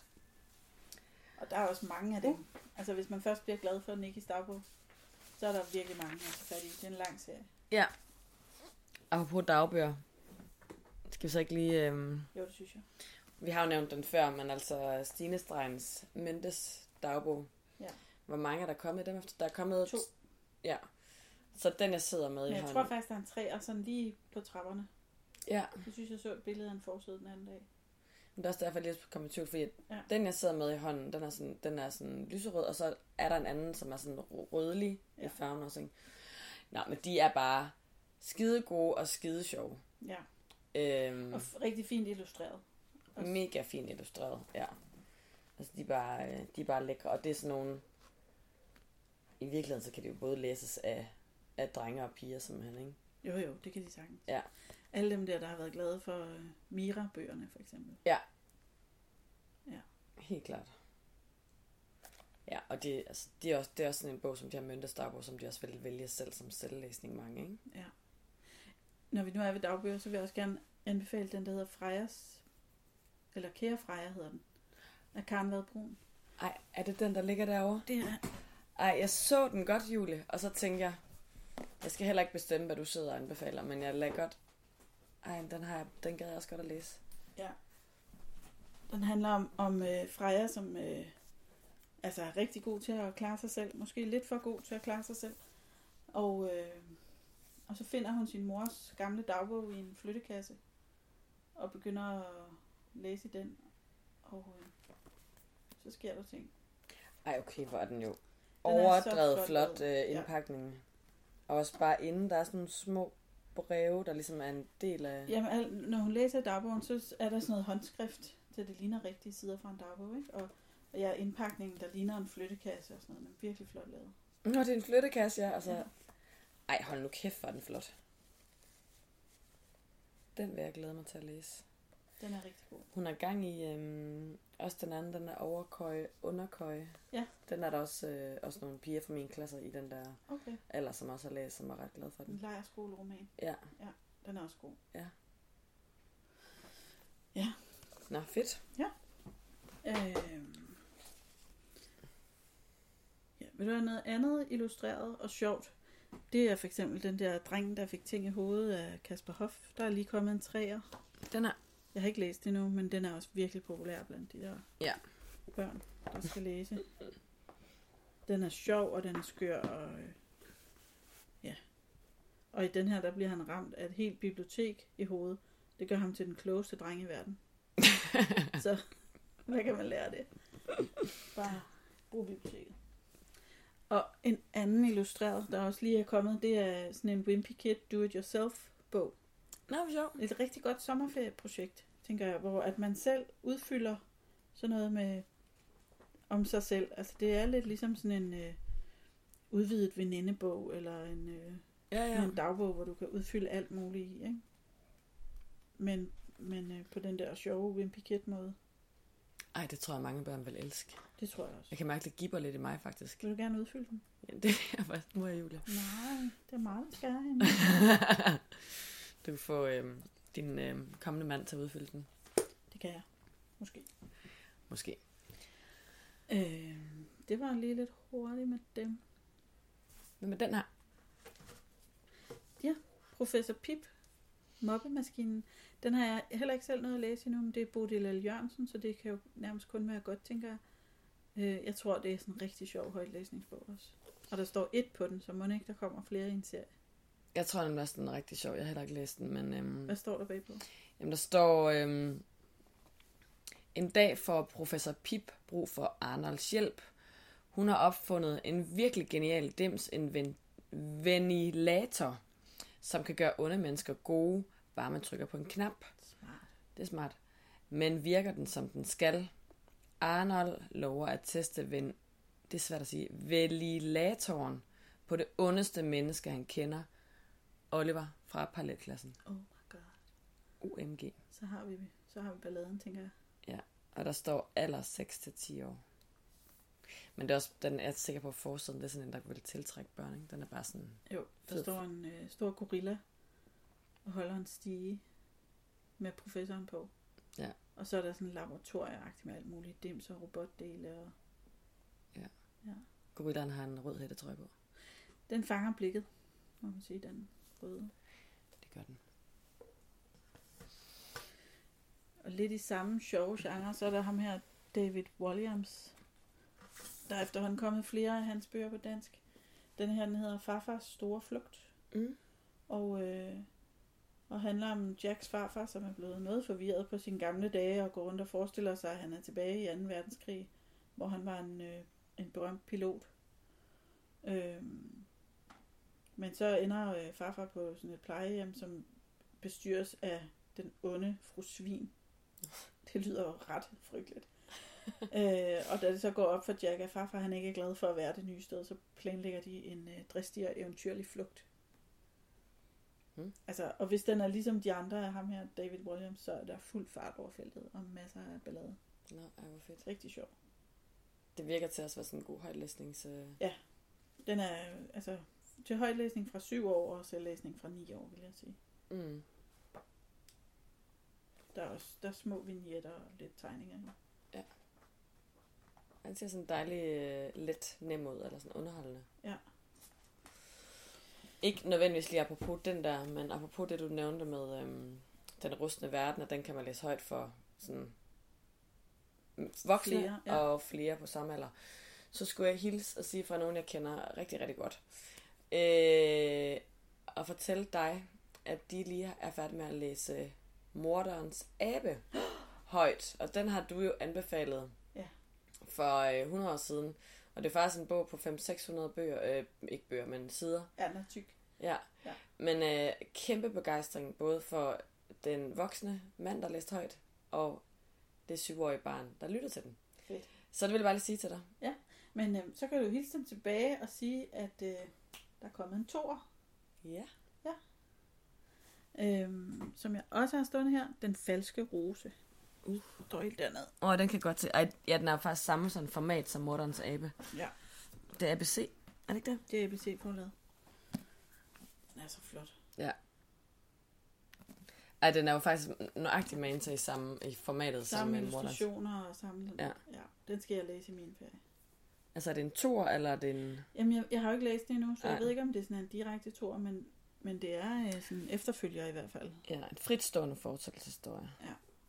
Og der er også mange af dem. Altså hvis man først bliver glad for Nikkis dagbog, så er der virkelig mange at tage fat i. Det er en lang serie. Ja. Apropos dagbøger. Skal vi så ikke lige... Øhm... Jo, det synes jeg. Vi har jo nævnt den før, men altså Stine Strejns Mendes dagbog. Ja. Hvor mange er der kommet i dem efter? Der er kommet... To. Ja. Så den, jeg sidder med Men i jeg hånden. tror faktisk, der er en tre, og sådan lige på trapperne. Ja. Jeg synes, jeg så et billede af en forside den anden dag. Men det er også derfor, jeg lige kommer i tvivl, fordi Ja. den, jeg sidder med i hånden, den er sådan, den er sådan lyserød, og så er der en anden, som er sådan rødlig Ja. i farven også, ikke? Nå, men de er bare skide gode og skide sjove. Ja, Øhm, og f- rigtig fint illustreret. Også. mega fint illustreret, ja. Altså, de er, bare, øh, de er bare lækre, og det er sådan nogle... I virkeligheden, så kan det jo både læses af, af drenge og piger, simpelthen, ikke? Jo, jo, det kan de sagtens. Ja. Alle dem der, der har været glade for uh, Mira-bøgerne, for eksempel. Ja. Ja. Helt klart. Ja, og det, altså, det, er også, det er også sådan en bog, som de har Mendes dagbog, som de også vil vælge selv som selvlæsning mange, ikke? Ja. Når vi nu er ved dagbøger, så vil jeg også gerne anbefale den, der hedder Frejas Eller Kære Freja hedder den. Af Karen Vad Brun. Ej, er det den, der ligger derovre? Det er... Ej, jeg så den godt, Julie, og så tænkte jeg, jeg skal heller ikke bestemme, hvad du sidder og anbefaler, men jeg lader godt... Ej, den, har jeg, den gad jeg også godt at læse. Ja. Den handler om, om øh, Freja, som øh, altså er rigtig god til at klare sig selv. Måske lidt for god til at klare sig selv. Og, øh, og så finder hun sin mors gamle dagbog i en flyttekasse. Og begynder at læse i den. Og øh, så sker der ting. Ej, okay, hvor er den jo Den overdrevet flot, flot øh, ja. indpakning. Og også bare inden, der er sådan nogle små breve, der ligesom er en del af... Jamen, al- når hun læser dagbogen, så er der sådan noget håndskrift, så det ligner rigtige sider fra en dagbog, ikke? Og, og ja, indpakningen, der ligner en flyttekasse og sådan noget, men virkelig flot lavet. Nå, det er en flyttekasse, ja. Altså... Ja. Ej, hold nu kæft, hvor er den flot. Den vil jeg glæde mig til at læse. Den er rigtig god. Hun har gang i... Øhm, også den anden, den er overkøje, underkøje. Ja. Den er der også, øh, også nogle piger fra min klasse i den der Okay. alder, som også har læst, som er ret glad for En den. lejrskoleroman. Ja. Ja, den er også god. Ja. Ja. Nå, fedt. Øhm. Ja, vil du have noget andet illustreret og sjovt? Det er for eksempel den der dreng, der fik ting i hovedet af Kasper Hoff. Der er lige kommet en træer. Den er... Jeg har ikke læst det endnu, men den er også virkelig populær blandt de der Ja. børn, der skal læse. Den er sjov, og den er skør, og øh, ja. Og i den her, der bliver han ramt af et helt bibliotek i hovedet. Det gør ham til den klogeste dreng i verden. Så hvad kan man lære af det? Bare brug biblioteket. Og en anden illustreret, der også lige er kommet, det er sådan en Wimpy Kid Do-It-Yourself bog. Nå, hvor sjovt. Et rigtig godt sommerferieprojekt, tænker jeg, hvor at man selv udfylder sådan noget med om sig selv. Altså det er lidt ligesom sådan en øh, udvidet venindebog, eller en, øh, Ja, ja. en dagbog, hvor du kan udfylde alt muligt i, ikke? Men, men øh, på den der sjove Wimpy Kid måde. Ej, det tror jeg, mange børn vil elske. Det tror jeg også. Jeg kan mærke, det gibber lidt i mig, faktisk. Vil du gerne udfylde den? Ja, det er faktisk nu er Julie. Nej, det er meget, der skal have. Du kan få øh, din øh, kommende mand til at udfylde den. Det kan jeg. Måske. Måske. Øh, det var lige lidt hurtigt med dem. Men med den her. Professor Pip, Moppemaskinen. Den har jeg heller ikke selv noget at læse endnu, men det er Bodil L. Jørgensen, så det kan jo nærmest kun være godt, tænker jeg. Øh, jeg tror, det er sådan en rigtig sjov højtlæsningsbog også. Og der står et på den, så må ikke der kommer flere i en serie. Jeg tror nemlig også, den er rigtig sjov. Jeg har heller ikke læst den, men... Øhm, Hvad står der bagpå? jamen, der står... Øhm, en dag får professor Pip brug for Arnolds hjælp. Hun har opfundet en virkelig genial dims, en ven- ventilator, som kan gøre onde mennesker gode, bare man trykker på en knap. Smart. Det er smart. Men virker den, som den skal? Arnold lover at teste ven... det er svært at sige, ventilatoren på det ondeste menneske, han kender. Oliver fra parallelklassen. Oh my god. O M G. Så har vi, så har vi balladen, tænker jeg. Ja, og der står alder seks til ti år. Men det er også, den er sikker på, at forsiden, det er sådan en, der vil tiltrække børn, ikke? Den er bare sådan... Jo, der fed. står en øh, stor gorilla og holder en stige med professoren på. Ja. Og så er der sådan en laboratorieagtigt med alt muligt dims og robotdele. Og... Ja. Ja. Gorillaen har en rød hættetrøje på. Den fanger blikket, må man sige, den røde. Det gør den. Og lidt i samme sjove genre, så er der ham her, David Walliams. Der er efterhånden kommet flere af hans bøger på dansk. Den her, den hedder Farfars store flugt. Mm. Og, øh, og handler om Jacks farfar, som er blevet noget forvirret på sine gamle dage, og går rundt og forestiller sig, at han er tilbage i anden verdenskrig, hvor han var en, øh, en berømt pilot. Øh, men så ender øh, farfar på sådan et plejehjem, som bestyres af den onde fru Svin. Det lyder jo ret frygteligt. øh, og da det så går op for Jack, at farfar han ikke er glad for at være det nye sted, så planlægger de en øh, dristig og eventyrlig flugt. Mm. Altså, og hvis den er ligesom de andre af ham her, David Walliams, så er der fuld fart over feltet og masser af ballade. Nå, ej, hvor fedt. Rigtig sjov. Det virker til at være sådan en god højtlæsnings... Øh... Ja, den er altså til højtlæsning fra syv år og selvlæsning fra ni år, vil jeg sige. Mm. Der er også der er små vignetter og lidt tegninger. Ja. Han ser sådan dejlig øh, let nem ud, eller sådan underholdende. Ja. Ikke nødvendigvis lige apropos den der, men apropos det, du nævnte med øhm, den rustne verden, at den kan man læse højt for sådan voksne Flere, ja. og flere på samme alder. Så skulle jeg hilse og sige fra nogen, jeg kender rigtig, rigtig godt. Øh, og fortælle dig, at de lige er færdige med at læse Morderens Abe højt. Og den har du jo anbefalet Ja. for øh, hundrede år siden. Og det er faktisk en bog på fem til seks hundrede bøger, øh, ikke bøger, men sider. Ja, den er tyk. Ja, Ja. men øh, kæmpe begejstring både for den voksne mand, der læste højt, og det syvårige barn, der lytter til den. Fedt. Så det vil jeg bare lige sige til dig. Ja, men øh, så kan du hilse dem tilbage og sige, at øh, der er kommet en toer. Ja. Øhm, som jeg også har stående her. Den falske rose. Uh, står helt dernede. Åh, oh, den kan godt til. Ej, ja, den er faktisk samme sådan format som Morderens Abe. Ja. Det er A B C, er det ikke det? Det er A B C-forlaget. Den er så flot. Ja. Ej, den er jo faktisk nøjagtigt med indtil i samme i formatet Samme som en Morderens. illustrationer og samme... Ja. ja. Den skal jeg læse i min ferie. Altså, er det en toer, eller er det en... Jamen, jeg, jeg har jo ikke læst den endnu, så Nej. jeg ved ikke, om det er sådan en direkte toer, men, men det er øh, sådan en efterfølger i hvert fald. Ja, en fritstående fortællelseshistorie. Ja.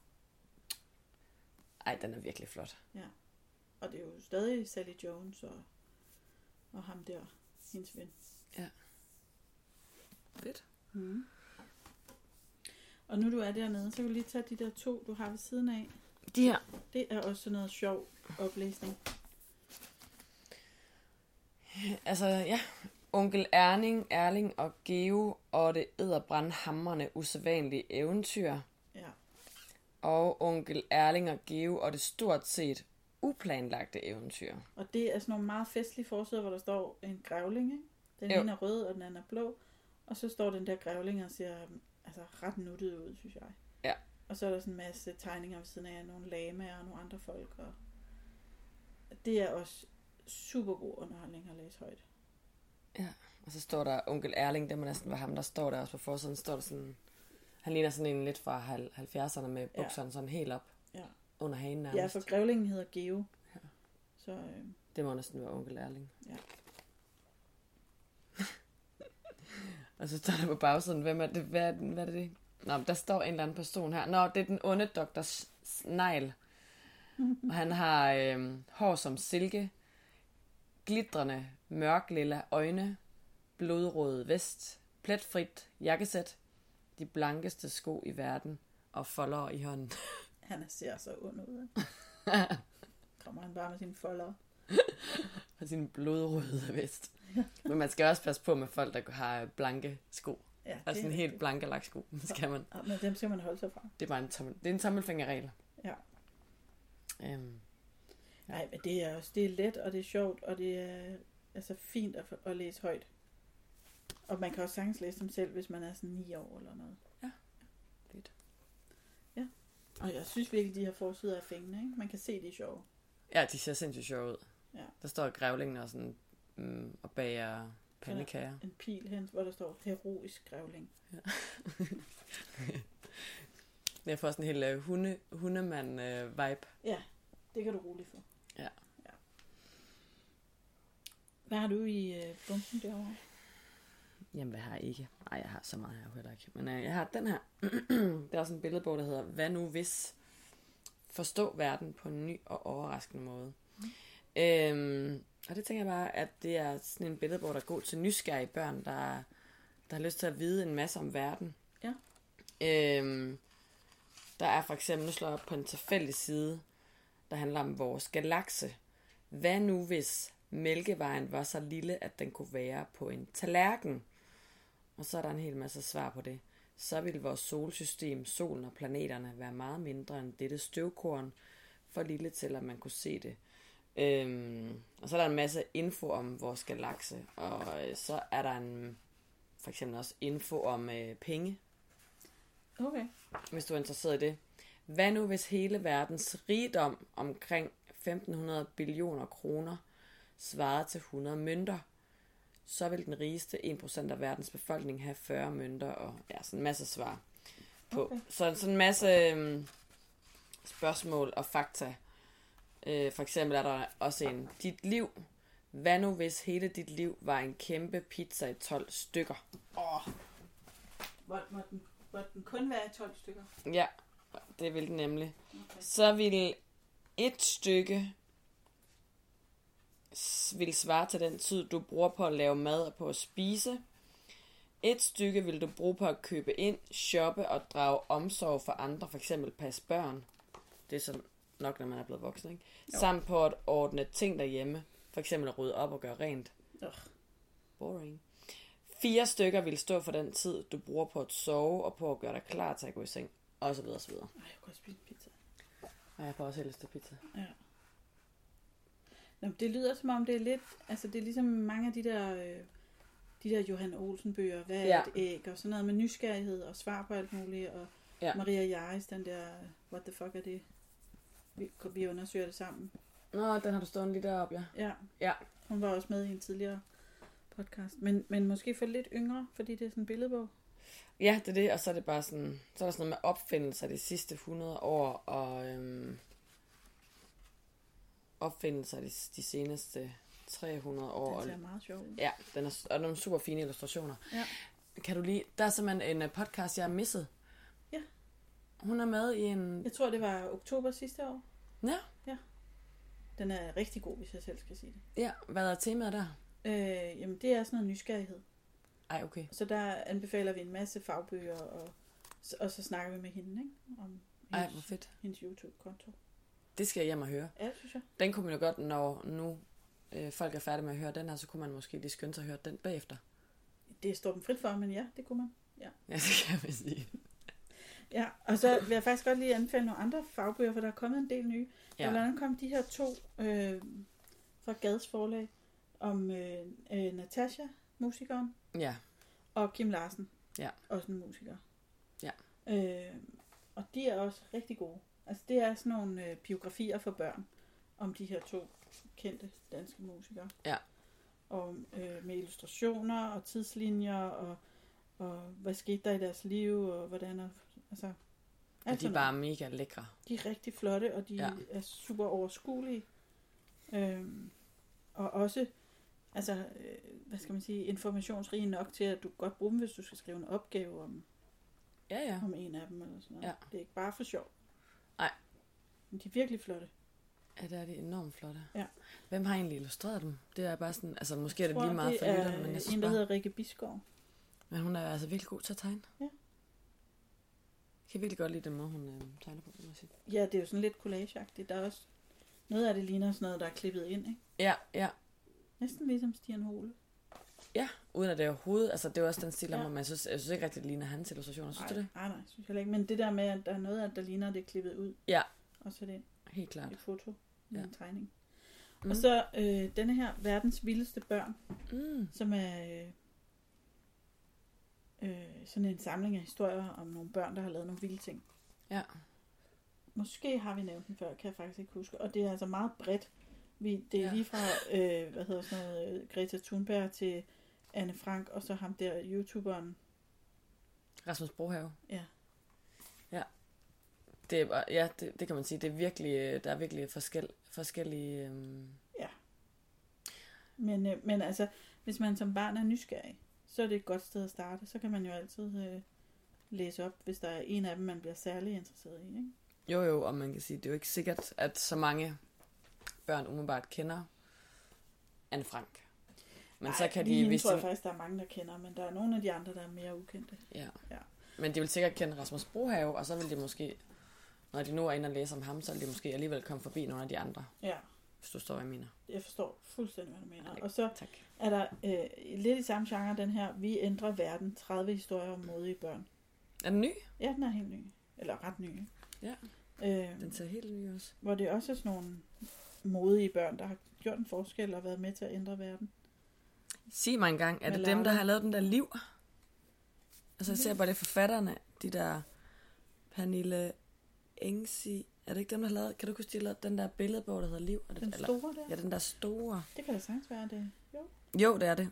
Ej, den er virkelig flot. Og det er jo stadig Sally Jones og, og ham der, hendes ven. Fedt. Mm. Og nu du er dernede, så kan du lige tage de der to, du har ved siden af. De her. Det er også sådan noget sjov oplæsning. Altså, ja. Onkel Erning, Erling og Geo og det edderbrandhamrende usædvanlige eventyr. Ja. Og onkel Erling og Geo og det stort set uplanlagte eventyr. Og det er sådan nogle meget festlige forsider, hvor der står en grævling, ikke? Den Jo. ene er rød, og den anden er blå. Og så står den der grævling og ser altså, ret nuttet ud, synes jeg. Ja. Og så er der sådan en masse tegninger ved siden af nogle lamaer og nogle andre folk. Og det er også super god underholdning at læse højt. Ja. Og så står der onkel Erling, det må næsten være ham, der står der også på forsiden. Står der sådan, han ligner sådan en lidt fra halvfjerdserne med bukserne ja. sådan helt op Ja. under hagen nærmest. Ja, for grævlingen hedder Geo. Ja. Så øh, Det må næsten være onkel Erling. Ja. Og så står der på bagsiden, hvem er det, hvad er det, hvad er det? Nå, der står en eller anden person her. Nå, det er den onde doktor Snegl. Og han har øh, hår som silke, glitrende, mørklilla øjne, blodrød vest, pletfrit jakkesæt, de blankeste sko i verden og folder i hånden. han ser så ond ud. Ikke? Kommer han bare med sine folder. Og sin blodrøde vest. Men man skal også passe på med folk, der har blanke sko. Ja, Altså en helt blanke laksko. Det skal man. Ja, men dem skal man holde sig fra. Det er bare en, tommel, det er en tommelfingerregel. Ja. Øhm, Nej, men det er også det er let, og det er sjovt, og det er altså fint at, at læse højt. Og man kan også sagtens læse dem selv, hvis man er sådan ni år eller noget. Ja, fedt. Ja, og jeg synes virkelig, de her forsider er fængende, ikke? Man kan se, de er sjove. Ja, de ser sindssygt sjove ud. Ja. Der står grævlingen og sådan mm, og bager pandekager. En pil hen, hvor der står heroisk grævling. Ja. Jeg får sådan en helt uh, hunde, hundemand-vibe. Ja, det kan du roligt få. Ja. ja. Hvad har du i uh, bunken derovre? Jamen, hvad har jeg ikke? Nej, jeg har så meget her, heller ikke. Men uh, jeg har den her. Det er også en billedbog, der hedder Hvad nu hvis? Forstå verden på en ny og overraskende måde. Mm. Øhm, og det tænker jeg bare, at det er sådan en billedbog, der er god til nysgerrige børn, der, der har lyst til at vide en masse om verden. Ja. Øhm, der er for eksempel, nu slår jeg op på en tilfældig side, der handler om vores galakse. Hvad nu hvis Mælkevejen var så lille, at den kunne være på en tallerken? Og så er der en hel masse svar på det. Så ville vores solsystem, solen og planeterne være meget mindre end dette støvkorn, for lille til, at man kunne se det. Øhm, og så er der en masse info om vores galakse, og øh, så er der en, for eksempel også info om øh, penge. Okay. Hvis du er interesseret i det. Hvad nu hvis hele verdens rigdom omkring femten hundrede billioner kroner svarede til hundrede mønter? Så vil den rigeste en procent af verdens befolkning have fyrre mønter og ja, sådan en masse svar. på. Okay. Så sådan en masse øhm, spørgsmål og fakta. Øh, for eksempel er der også en, dit liv. Hvad nu hvis hele dit liv var en kæmpe pizza i tolv stykker? Åh, må, må, den, må den kun være i tolv stykker? Ja, det vil den nemlig. Okay. Så vil et stykke s- vil svare til den tid, du bruger på at lave mad og på at spise. Et stykke vil du bruge på at købe ind, shoppe og drage omsorg for andre, for eksempel passe børn. Det er så nok, når man er blevet voksen, ikke? Jo. Samt på at ordne ting derhjemme, for eksempel at rydde op og gøre rent. Ugh. Boring. Fire stykker vil stå for den tid, du bruger på at sove og på at gøre dig klar til at gå i seng. Og så videre, og så videre. Ej, jeg kunne også spise pizza. Og jeg får også helst til pizza. Ja. Nå, det lyder som om det er lidt, altså det er ligesom mange af de der, øh, de der Johan Olsen bøger, hvad er Ja. et æg, og sådan noget med nysgerrighed og svar på alt muligt, og Ja. ja. Maria Jaris, den der, what the fuck er det? Vi, vi undersøger det sammen. Nå, den har du stående lige deroppe, ja. Ja. Ja. Hun var også med i en tidligere podcast, men, men måske for lidt yngre, fordi det er sådan en billedbog. Ja, det er det, og så er det bare sådan, så er der sådan noget med opfindelser de sidste hundrede år, og øhm, opfindelser de, de seneste tre hundrede år. Den ser meget sjov ud. Ja, den er, og nogle super fine illustrationer. Ja. Kan du lige, der er simpelthen en øh, podcast, jeg har misset. Ja. Hun er med i en... Jeg tror, det var oktober sidste år. Ja, Den er rigtig god, hvis jeg selv skal sige det. ja, hvad er temaet der? Øh, jamen, det er sådan noget nysgerrighed. Ej, okay. Så der anbefaler vi en masse fagbøger, og, og så snakker vi med hende, ikke? Om Ej, hendes, hvor fedt. hendes YouTube-konto. Det skal jeg hjem og høre. Ja, det synes jeg. Den kunne man jo godt, når nu øh, folk er færdige med at høre den her, så kunne man måske lige skynde sig at høre den bagefter. Det står dem frit for, men ja, det kunne man. Ja, Ja, det kan jeg sige. ja. Og så vil jeg faktisk godt lige anbefale nogle andre fagbøger, for der er kommet en del nye. Ja. Der Ja. er blandt andet kommet de her to øh, fra Gads forlag, om øh, øh, Natasha, musikeren, Ja, og Kim Larsen, Ja. også en musiker. Ja. Øh, og de er også rigtig gode. Altså det er sådan nogle øh, biografier for børn om de her to kendte danske musikere. Ja. Og øh, med illustrationer og tidslinjer og, og hvad skete der i deres liv og hvordan er, altså og alt de er sådan bare mega lækre. de er rigtig flotte, og de Ja. ja. er super overskuelige. Øhm, og også, altså, øh, hvad skal man sige, informationsrige nok til, at du kan godt bruge dem, hvis du skal skrive en opgave om, Ja, ja. om en af dem, eller sådan noget. Ja. Det er ikke bare for sjov. Nej. Men de er virkelig flotte. Ja, der er de enormt flotte. Ja. Hvem har egentlig illustreret dem? Det er bare sådan, altså måske er det Jeg lige tror, meget det for er lytterne, men jeg synes en, der bare, hedder Rikke Bisgaard. men hun er altså virkelig god til at tegne. Ja. Jeg kan virkelig godt lide den måde, hun øh, tegner på, må jeg sige. Ja, det er jo sådan lidt collageagtigt. Der er også noget af det ligner sådan noget, der er klippet ind, ikke? Ja, ja. Næsten ligesom Stian Hole. Ja, uden at det overhovedet, altså det er også den stil, Ja. ja. man synes, jeg synes ikke rigtig, det ligner hans illustrationer, synes nej, du det? nej, nej, synes jeg heller ikke. Men det der med, at der er noget af det, der ligner, det er klippet ud. Ja. Og så er det Helt klart. et foto med Ja. en tegning. Mm. Og så øh, denne her, Verdens Vildeste Børn, Mm. som er øh, øh, sådan en samling af historier om nogle børn, der har lavet nogle vilde ting. Ja. Måske har vi nævnt den før, kan jeg faktisk ikke huske. Og det er altså meget bredt. Vi, det er Ja. lige fra, øh, hvad hedder sådan noget, øh, Greta Thunberg til Anne Frank, og så ham der, YouTuberen. Rasmus Brohave. Ja. Ja. Det er, bare- ja, det, det kan man sige, det er virkelig, øh, der er virkelig forskel, forskellige, øhm, Men, øh, men altså, hvis man som barn er nysgerrig, så er det et godt sted at starte. Så kan man jo altid øh, læse op, hvis der er en af dem, man bliver særlig interesseret i. Ikke? jo jo, og man kan sige, det er jo ikke sikkert, at så mange børn umiddelbart kender Anne Frank. Men Ej, så kan lige de, hende hvis tror jeg de, faktisk, der er mange, der kender, men der er nogle af de andre, der er mere ukendte. ja. Ja. Men de vil sikkert kende Rasmus Brohave, og så vil de måske, når de nu er inde og læse om ham, så vil de måske alligevel komme forbi nogle af de andre, Ja, hvis du står, hvad jeg mener. jeg forstår fuldstændig, hvad du mener. Ej, Og så Tak. er der øh, lidt i samme genre, den her, Vi ændrer verden, tredive historier om modige børn. Er den ny? Ja, den er helt ny. Eller ret ny. Ikke? Ja. Øh, Den ser helt ny også. hvor det også er sådan nogle modige børn, der har gjort en forskel og været med til at ændre verden. Sig mig engang, er det Malala. dem, der har lavet den der liv? Altså jeg ser bare det forfatterne, de der Pernille Engsi. Er det ikke dem, der har lavet, kan du huske, de har lavet den der billedbog, der hedder Liv? Er det, Den store der? Ja, den der store. Det kan da sagtens være det. Jo. Jo, det er det.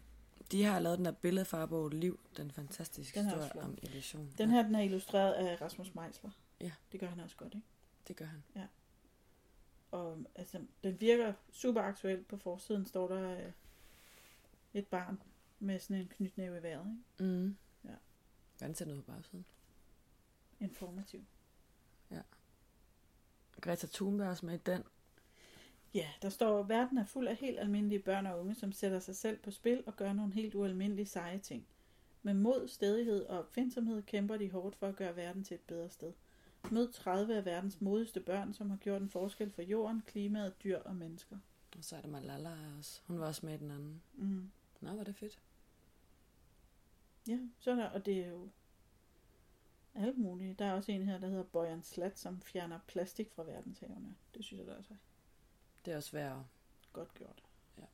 De har lavet den der billedfarbog Liv, den fantastiske Den er historie også flot. om illusion. Den her, den er illustreret af Rasmus Meisler. Ja. Det gør han også godt, ikke? Det gør han. Ja. Og altså, den virker super aktuel. På forsiden står der øh, et barn med sådan en knytnæve i vejret, ikke? Mm. Ja. Hvordan ser det ud på bagsiden? Informativ. Ja. Greta Thunberg også med i den. Ja, der står, at verden er fuld af helt almindelige børn og unge, som sætter sig selv på spil og gør nogle helt ualmindelige seje ting. Med mod, stædighed og opfindsomhed kæmper de hårdt for at gøre verden til et bedre sted. Mød tredive af verdens modigste børn, som har gjort en forskel for jorden, klimaet, dyr og mennesker. Og så er der Malala også. Hun var også med i den anden. Mm. Nå, var det fedt. Ja, så er der, og det er jo alt muligt. Der er også en her, der hedder Bojan Slat, som fjerner plastik fra verdenshavene. Det synes jeg da også er Det er også værd. godt gjort. Ja.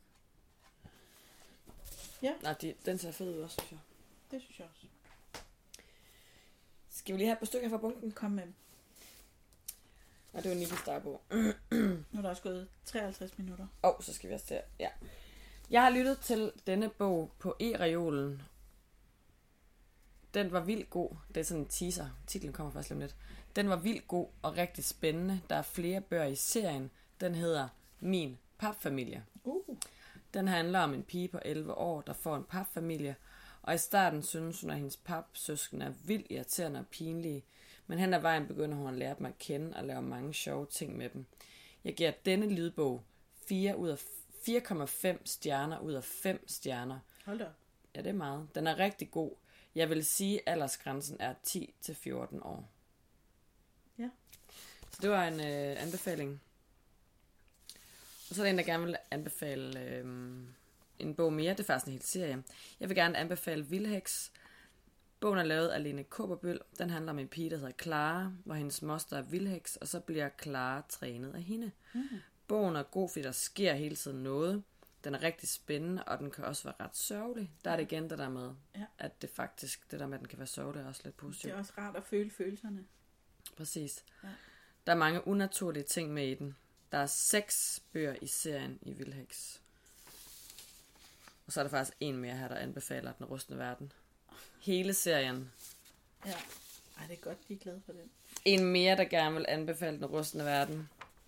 Ja. Nej, de, den ser fed ud også, synes jeg. Det synes jeg også. Skal vi lige have et par stykker fra bunken? Kom med. Og det var Nikis dagbog. Nu er der også gået treoghalvtreds minutter. Og oh, så skal vi også til. Ja. Jeg har lyttet til denne bog på e-reolen. Den var vildt god. Det er sådan en teaser. Titlen kommer først lidt. Den var vildt god og rigtig spændende. Der er flere bøger i serien. Den hedder Min papfamilie. Uh. Den handler om en pige på elleve år, der får en papfamilie. Og i starten synes hun, at hendes papsøskende er vildt irriterende og pinlige. Men hen ad vejen begynder hun at lære dem at kende og lave mange sjove ting med dem. Jeg giver denne lydbog fire komma fem stjerner ud af fem stjerner. Hold da. Ja, det er meget. Den er rigtig god. Jeg vil sige, at aldersgrænsen er ti til fjorten år. Ja. Så det var en øh, anbefaling. Og så er der en, der gerne vil anbefale øh, en bog mere. Det er faktisk en hel serie. Jeg vil gerne anbefale Vildheks. Bogen er lavet af Lene Kaaberbøl. Den handler om en pige, der hedder Clara, hvor hendes moster er vildheks, og så bliver Clara trænet af hende. Mm. Bogen er god, fordi der sker hele tiden noget. Den er rigtig spændende, og den kan også være ret sørgelig. Der er det igen det der med, ja. at det faktisk, det der med, at den kan være sørgelig, er også lidt positivt. Det er også rart at føle følelserne. Præcis. Ja. Der er mange unaturlige ting med i den. Der er seks bøger i serien i Vildheks. Og så er der faktisk en mere her, der anbefaler Den rustne verden. Hele serien. Ja. Ej, det er godt, de er glade for den. En mere, der gerne vil anbefale Den rustne verden.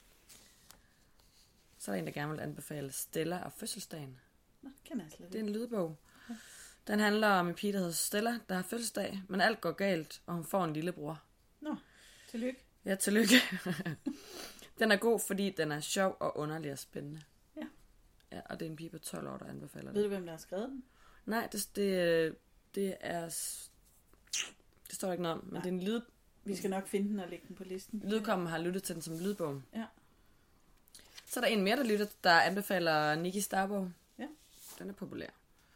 Så er der en, der gerne vil anbefale Stella og fødselsdagen. Nå, kan jeg slet ikke. Det er en lydbog. Ja. Den handler om en pige, der hedder Stella, der har fødselsdag, men alt går galt, og hun får en lillebror. Nå, tillykke. Ja, tillykke. Den er god, fordi den er sjov og underlig og spændende. Ja. Ja, og det er en pige på tolv år, der anbefaler det. Ved du, hvem der har skrevet den? Nej, det, det, det er... Det står ikke noget om, men Nej. det er en lyd... Vi skal nok finde den og lægge den på listen. Lydkommen har lyttet til den som lydbog. Ja. Så er der en mere, der lytter, der anbefaler Nikis dagbog. Ja. Den er populær.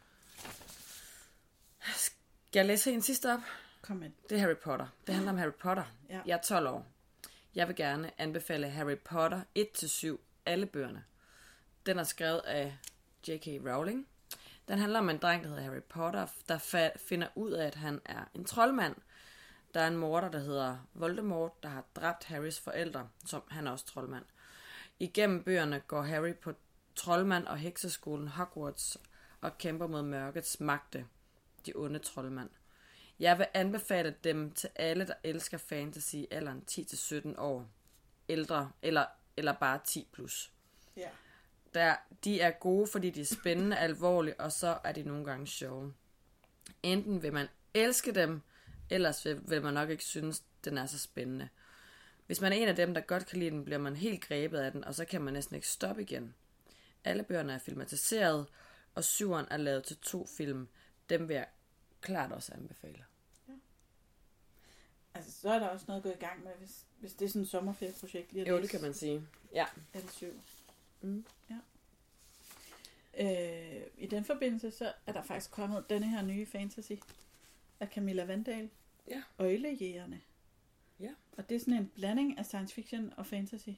Skal jeg læse en sidste op? Kom med. Det er Harry Potter. Det handler om Harry Potter. Ja. Jeg er tolv år. Jeg vil gerne anbefale Harry Potter et til syv, alle bøgerne. Den er skrevet af J K Rowling. Den handler om en dreng, der hedder Harry Potter, der fa- finder ud af, at han er en troldmand. Der er en morder, der hedder Voldemort, der har dræbt Harrys forældre, som han er også troldmand. Igennem bøgerne går Harry på troldmand og hekseskolen Hogwarts og kæmper mod mørkets magte, de onde troldmænd. Jeg vil anbefale dem til alle, der elsker fantasy i alderen ti til sytten år. Ældre, eller, eller bare ti plus. Ja. Der, de er gode, fordi de er spændende, alvorlige, og så er de nogle gange sjove. Enten vil man elske dem, ellers vil, vil man nok ikke synes, den er så spændende. Hvis man er en af dem, der godt kan lide den, bliver man helt grebet af den, og så kan man næsten ikke stoppe igen. Alle bøgerne er filmatiseret, og syveren er lavet til to film. Dem vil jeg klart også anbefale. Ja. Altså, så er der også noget gået i gang med, hvis, hvis det er sådan et sommerferieprojekt. Lige at Jo, læse det kan man sige. Ja. alle syv. Mm. Ja. Øh, I den forbindelse, så er der faktisk kommet denne her nye fantasy af Camilla Vandal. Ja. Øglejægerne. Ja. Og det er sådan en blanding af science fiction og fantasy.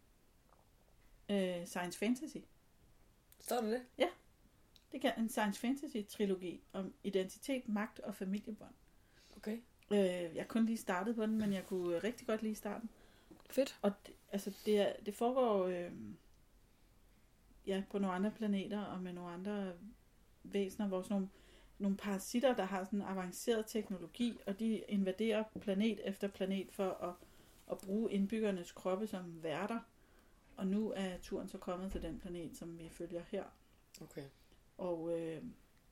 Øh, science fantasy. Står det det? Ja. Det kan en science fantasy trilogi om identitet, magt og familiebånd. Okay. Øh, jeg kunne lige startet på den, men jeg kunne rigtig godt lide starten. Fedt. Og det, altså det, er, det foregår øh, ja, på nogle andre planeter og med nogle andre væsener, hvor sådan nogle, nogle parasitter, der har sådan en avanceret teknologi, og de invaderer planet efter planet for at, at bruge indbyggernes kroppe som værter. Og nu er turen så kommet til den planet, som vi følger her. Okay. Og, øh,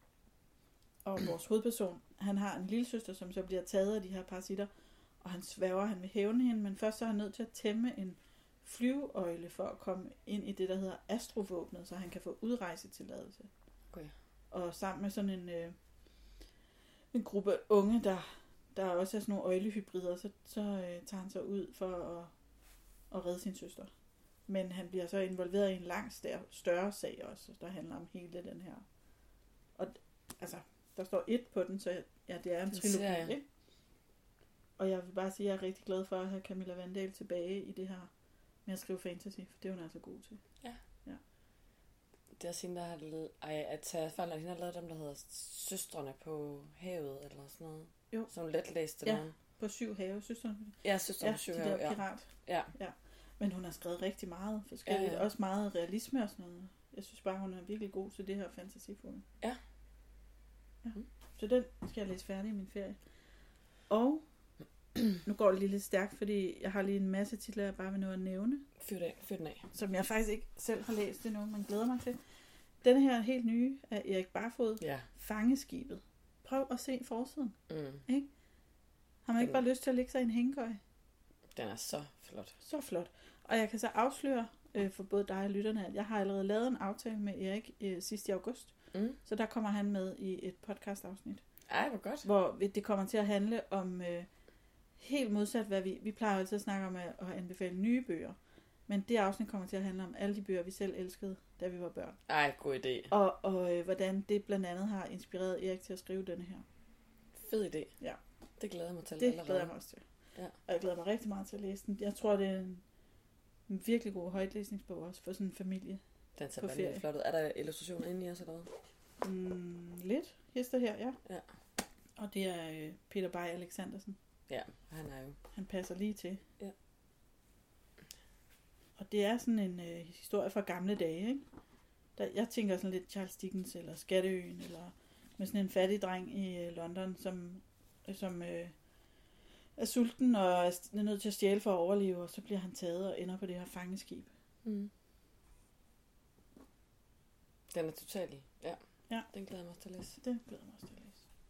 og vores hovedperson, han har en lille søster, som så bliver taget af de her parasitter, og han sværger, han vil hævne hende, men først så er han nødt til at tæmme en flyveøgle for at komme ind i det, der hedder astrovåbnet, så han kan få udrejsetilladelse. Okay. Og sammen med sådan en, øh, en gruppe unge, der, der også er sådan nogle øglehybrider, så, så øh, tager han sig ud for at, at redde sin søster. Men han bliver så involveret i en langt større, større sag også, der handler om hele den her. Og altså, der står et på den, så ja, det er en trilogi, ikke? Og jeg vil bare sige, at jeg er rigtig glad for at have Camilla Wandahl tilbage i det her med at skrive fantasy, for det er hun altså god til. Ja. Ja. Det er også hende, der har lavet, ej, at tage fejl, at hende har lavet dem, der hedder Søstrene på havet, eller sådan noget. Jo. Som letlæste ja, nogen. På Syv Have, søsterne. Ja, Søstrene ja, på Syv de Have, der pirat. Ja. ja. Men hun har skrevet rigtig meget forskelligt, ja, ja. Også meget realisme og sådan noget. Jeg synes bare, hun er virkelig god til det her fantasyfilm. Ja. Ja. Så den skal jeg læse færdig i min ferie. Og nu går det lige lidt stærkt, fordi jeg har lige en masse titler, jeg bare vil nå at nævne. Fyr den af. Fyr den af. Som jeg faktisk ikke selv har læst endnu, men glæder mig til. Denne her er helt nye af Erik Barfod. Ja. Fangeskibet. Prøv at se forsiden. Mm. Ikke? Har man Den... ikke bare lyst til at lægge sig i en hængekøj? Den er så flot. Så flot. Og jeg kan så afsløre øh, for både dig og lytterne, at jeg har allerede lavet en aftale med Erik øh, sidst i august. Mm. Så der kommer han med i et podcast-afsnit. Ej, hvor godt. Hvor det kommer til at handle om øh, helt modsat, hvad vi... Vi plejer altid at snakke om at, at anbefale nye bøger. Men det afsnit kommer til at handle om alle de bøger, vi selv elskede, da vi var børn. Ej, god idé. Og, og øh, hvordan det blandt andet har inspireret Erik til at skrive denne her. Fed idé. Ja. Det glæder jeg mig til det allerede. Det glæder jeg mig også til. Ja. Og jeg glæder mig rigtig meget til at læse den. Jeg tror, det er en, en virkelig god højtlæsningsbog også for sådan en familie. Den ser bare flot ud. Er der illustrationer inde i os eller hvad? Mm, lidt. Hister her, ja. Ja. Og det er øh, Peter Bay Alexandersen. Ja, han er jo. Han passer lige til. Ja. Og det er sådan en øh, historie fra gamle dage, ikke? Der, jeg tænker sådan lidt Charles Dickens eller Skatteøen, eller med sådan en fattig dreng i øh, London, som, øh, som øh, er sulten og er nødt til at stjæle for at overleve, og så bliver han taget og ender på det her fangeskib. Mm. Den er totalt, ja. Ja. Den glæder jeg mig også til at læse. Det glæder jeg mig også til at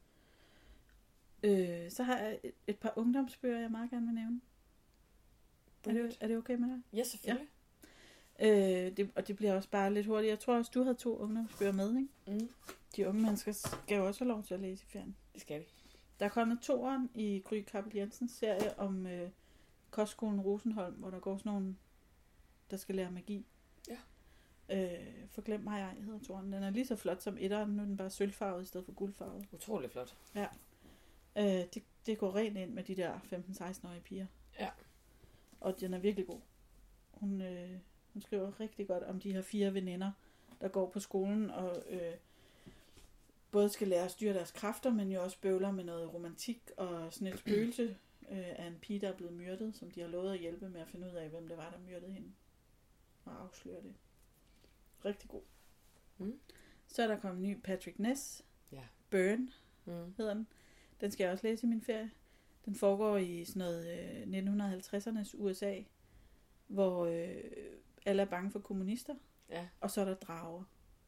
læse. Øh, så har jeg et, et par ungdomsbøger, jeg meget gerne vil nævne. Er det, er det okay med dig? Ja, selvfølgelig. Ja. Øh, det, og det bliver også bare lidt hurtigt. Jeg tror også, du havde to ungdomsbøger med, ikke? Mm. De unge mennesker skal jo også have lov til at læse i ferien. Det skal de. Der er kommet toeren i Gry Kappel Jensens serie om øh, kostskolen Rosenholm, hvor der går sådan nogle, der skal lære magi. Ja. Øh, Forglem mig, jeg hedder toeren. Den er lige så flot som etteren. Nu er den bare sølvfarvet i stedet for guldfarvet. Utrolig flot. Ja. Øh, det, det går rent ind med de der femten-seksten-årige piger. Ja. Og den er virkelig god. Hun, øh, hun skriver rigtig godt om de her fire veninder, der går på skolen og øh, både skal lære at styre deres kræfter, men jo også bøvler med noget romantik og sådan et spøgelse øh, af en pige, der er blevet myrdet, som de har lovet at hjælpe med at finde ud af, hvem det var, der myrdede hende. Og afsløre det. Rigtig god. Mm. Så er der kommet en ny Patrick Ness. Ja. Burn Mm. hedder den. Den skal jeg også læse i min ferie. Den foregår i sådan noget øh, nitten halvtredsernes U S A, hvor øh, alle er bange for kommunister. Ja. Og så er der drager.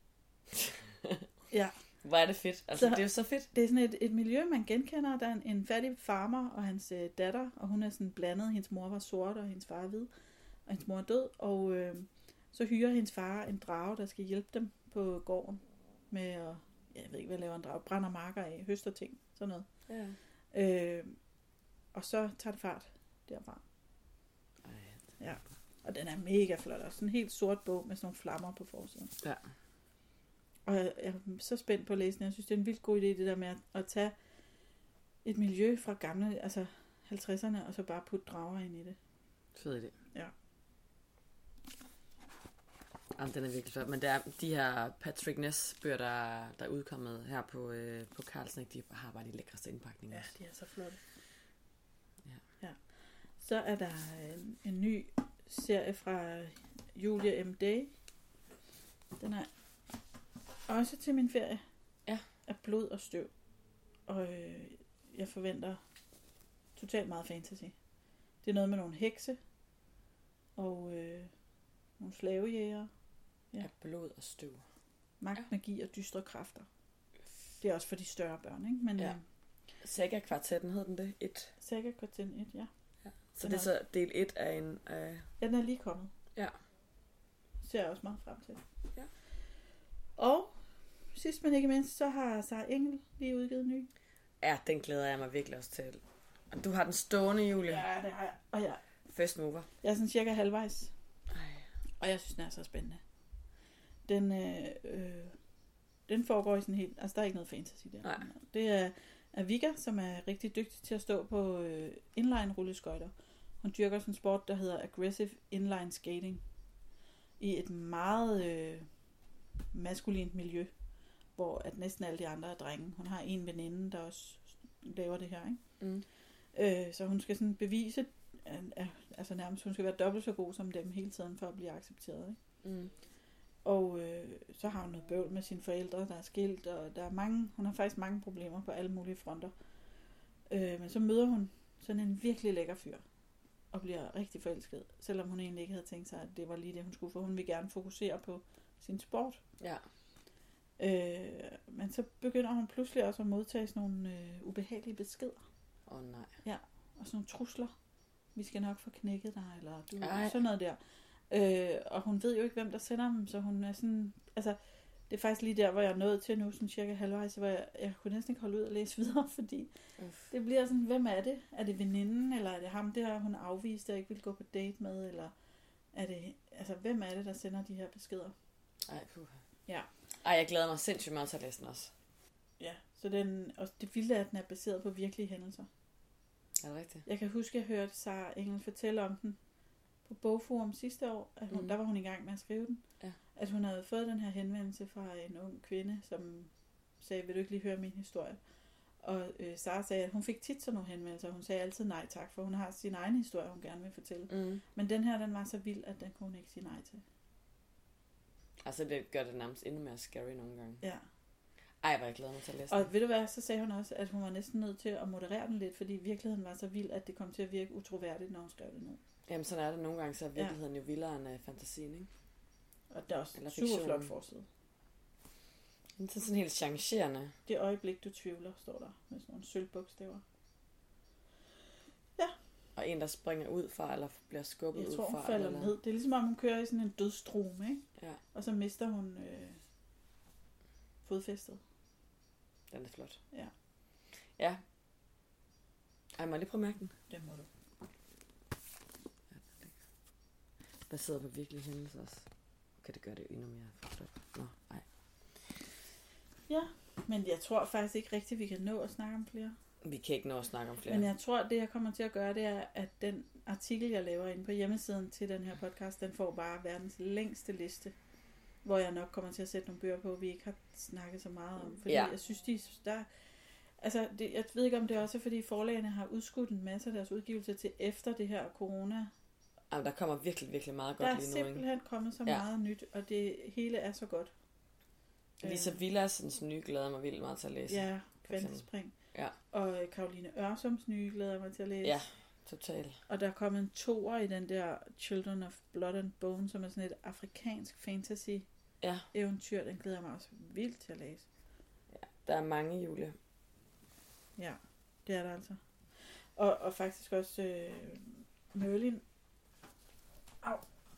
Ja. Hvor er det fedt. Altså, så, det er jo så fedt. Det er sådan et, et miljø, man genkender. Der er en, en fattig farmer og hans øh, datter, og hun er sådan blandet. Hendes mor var sort, og hendes far er hvid, og hendes mor er død. Og øh, så hyrer hendes far en drage, der skal hjælpe dem på gården med at, jeg ved ikke, hvad laver en drage, brænder marker af, høster ting, sådan noget. Ja. Øh, og så tager det fart derfra. Ej. Ja. Og den er mega flot. Og sådan en helt sort bog med sådan nogle flammer på forsiden. Ja. Og jeg, jeg er så spændt på at læse den. Jeg synes, det er en vildt god idé, det der med at, at tage et miljø fra gamle, altså halvtredserne, og så bare putte drager ind i det. Fed idé. Ja. Jamen, den er virkelig flot. Men det er de her Patrick Ness bøger, der, der er udkommet her på, øh, på Carlsen, de har bare de lækreste indpakninger. Ja, de er så flotte. Ja. Ja. Så er der en, en ny serie fra Julia M. Day. Den er også til min ferie. af blod og støv. Og øh, jeg forventer totalt meget fantasy. Det er noget med nogle hekse og øh, nogle slavejægere. Ja. Af blod og støv. Magt, ja. Magi og dystre kræfter. Det er også for de større børn, ikke? Men, ja. øh, Saga-kvartetten hed den det? et. Saga-kvartetten et, ja. ja. Så den det er så del et af en... Øh... Ja, den er lige kommet. Ja. Ser jeg også meget frem til. Ja. Og sidst men ikke mindst, så har Sara Engel lige udgivet en ny. Ja, den glæder jeg mig virkelig også til. Og du har den stående, Julie. Ja, det har jeg. Og ja. First mover. Jeg er sådan cirka halvvejs. Ej. Og jeg synes, den er så spændende. Den, øh, øh, den foregår i sådan helt... Altså, der er ikke noget fantasy der. Nej. Det er Aviga, som er rigtig dygtig til at stå på øh, inline-rulleskøjter. Hun dyrker sådan en sport, der hedder aggressive inline skating. I et meget øh, maskulint miljø, hvor at næsten alle de andre er drenge. Hun har en veninde, der også laver det her, ikke? Mm. Øh, så hun skal sådan bevise, at, altså nærmest hun skal være dobbelt så god som dem hele tiden, for at blive accepteret, ikke? Mm. Og øh, så har hun noget bøvl med sine forældre, der er skilt, og der er mange, hun har faktisk mange problemer på alle mulige fronter. Øh, men så møder hun sådan en virkelig lækker fyr, og bliver rigtig forelsket, selvom hun egentlig ikke havde tænkt sig, at det var lige det, hun skulle, for hun vil gerne fokusere på sin sport. Ja. Øh, men så begynder hun pludselig også at modtage sådan nogle øh, ubehagelige beskeder. Åh oh, nej. Ja, og sådan nogle trusler. Vi skal nok få knækket dig, eller du, Ej. sådan noget der. Øh, og hun ved jo ikke, hvem der sender dem, så hun er sådan, altså, det er faktisk lige der, hvor jeg er nået til nu, sådan cirka halvvejs, hvor jeg, jeg kunne næsten ikke holde ud og læse videre, fordi Uff. Det bliver sådan, hvem er det? Er det veninden, eller er det ham, der hun afviste, og ikke vil gå på date med, eller er det, altså, hvem er det, der sender de her beskeder? Ej, puh. Ja. Ej, jeg glæder mig sindssygt meget til at læse den også. Ja, så den, og det vilde er, at den er baseret på virkelige hændelser. Er det rigtigt? Jeg kan huske, at jeg hørte Sara Engel fortælle om den på Bogforum sidste år. At hun, mm. Der var hun i gang med at skrive den. Ja. At hun havde fået den her henvendelse fra en ung kvinde, som sagde, vil du ikke lige høre min historie? Og øh, Sara sagde, at hun fik tit sådan nogle henvendelser. Hun sagde altid nej tak, for hun har sin egen historie, hun gerne vil fortælle. Mm. Men den her, den var så vild, at den kunne hun ikke sige nej til. Altså, det gør det nærmest endnu mere scary nogle gange. Ja. Ej, hvor jeg glæder mig til at læse Og den. ved du hvad, så sagde hun også, at hun var næsten nødt til at moderere den lidt, fordi virkeligheden var så vild, at det kom til at virke utroværdigt, når hun skrev det ned. Jamen, sådan er det nogle gange, så er virkeligheden ja. jo vildere end uh, fantasien, ikke? Og der er også super flot forside. Det er sådan helt changerende. Det øjeblik, du tvivler, står der med sådan nogle sølvbogstaver. Ja. Og en, der springer ud fra, eller bliver skubbet ud fra. Jeg tror, hun falder eller... ned. Det er ligesom, om hun kører i sådan en dødstrome, ikke? Ja. Og så mister hun øh, fodfæstet. Den er flot. Ja. Ja. Ej, må jeg lige prøve at mærke den? Det må du. Baseret på virkelige hændelser også. Kan det gøre det endnu mere flot? Nå, nej. Ja, men jeg tror faktisk ikke rigtigt, vi kan nå at snakke om flere. Vi kan ikke nå at snakke om flere. Men jeg tror, det jeg kommer til at gøre, det er, at den artikel, jeg laver inde på hjemmesiden til den her podcast, den får bare verdens længste liste, hvor jeg nok kommer til at sætte nogle bøger på, vi ikke har snakket så meget om. Fordi ja. jeg synes, de der... Altså, det, jeg ved ikke, om det også er, fordi forlagene har udskudt en masse af deres udgivelser til efter det her corona. Jamen, der kommer virkelig, virkelig meget godt lige nu. Der er simpelthen ikke? kommet så ja. meget nyt, og det hele er så godt. Lisa Villarsens nye glæder mig vildt meget til at læse. Ja, Kvantespring. Ja. Og Caroline Ørsoms nye glæder mig til at læse. Ja, totalt. Og der er kommet en toer i den der Children of Blood and Bone, som er sådan et afrikansk fantasy ja. eventyr. Den glæder mig også vildt til at læse. Ja, der er mange, Julie. Ja, det er der altså. Og, og faktisk også øh, Merlin. Au.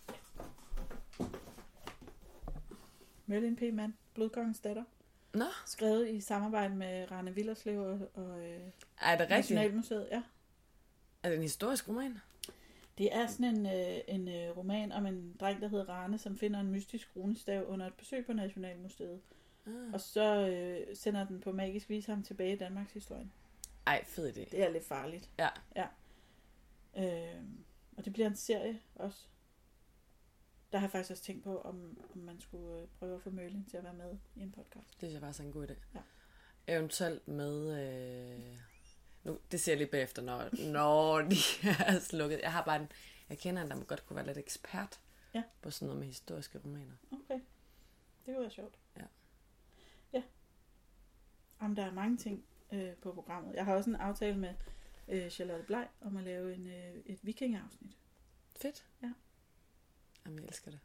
Merlin P. Mann, Blodkongens datter. Nå. Skrevet i samarbejde med Rane Willerslev og, og øh, er det rigtigt? Nationalmuseet. Ja. Er det en historisk roman? Det er sådan en, øh, en øh, roman om en dreng, der hedder Rane, som finder en mystisk runestav under et besøg på Nationalmuseet. Ah. Og så øh, sender den på magisk vis ham tilbage i Danmarks historie. Ej, fed idé. Det er lidt farligt. Ja. Ja. Øh, og det bliver en serie også. Der har jeg faktisk også tænkt på, om, om man skulle øh, prøve at få Merlin til at være med i en podcast. Det synes jeg faktisk er en god idé. Ja. Eventuelt med... Øh... Nu, det ser jeg lige bagefter, når, når de er slukket. Jeg har bare en... Jeg kender en, der godt kunne være lidt ekspert ja. på sådan noget med historiske romaner. Okay. Det kunne være sjovt. Ja. Ja. Jamen, der er mange ting øh, på programmet. Jeg har også en aftale med øh, Charlotte Blej om at lave en, øh, et vikingeafsnit. Fedt. Ja. Jamen, jeg elsker det.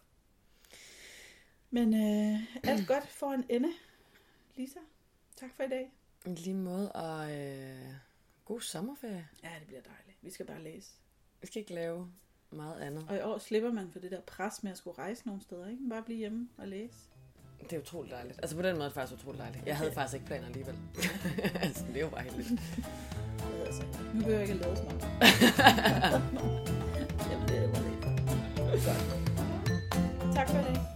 Men øh, alt godt for en ende. Lisa, tak for i dag. I lige måde, og øh, god sommerferie. Ja, det bliver dejligt. Vi skal bare læse. Vi skal ikke lave meget andet. Og i år slipper man for det der pres med at skulle rejse nogle steder, ikke? Bare blive hjemme og læse. Det er utroligt dejligt. Altså på den måde er det faktisk utroligt dejligt. Jeg havde faktisk ikke planer alligevel. Altså, det er jo bare helt lidt. Altså, nu behøver jeg ikke at lade som om. Jamen, det er jo det. Tak for i dag.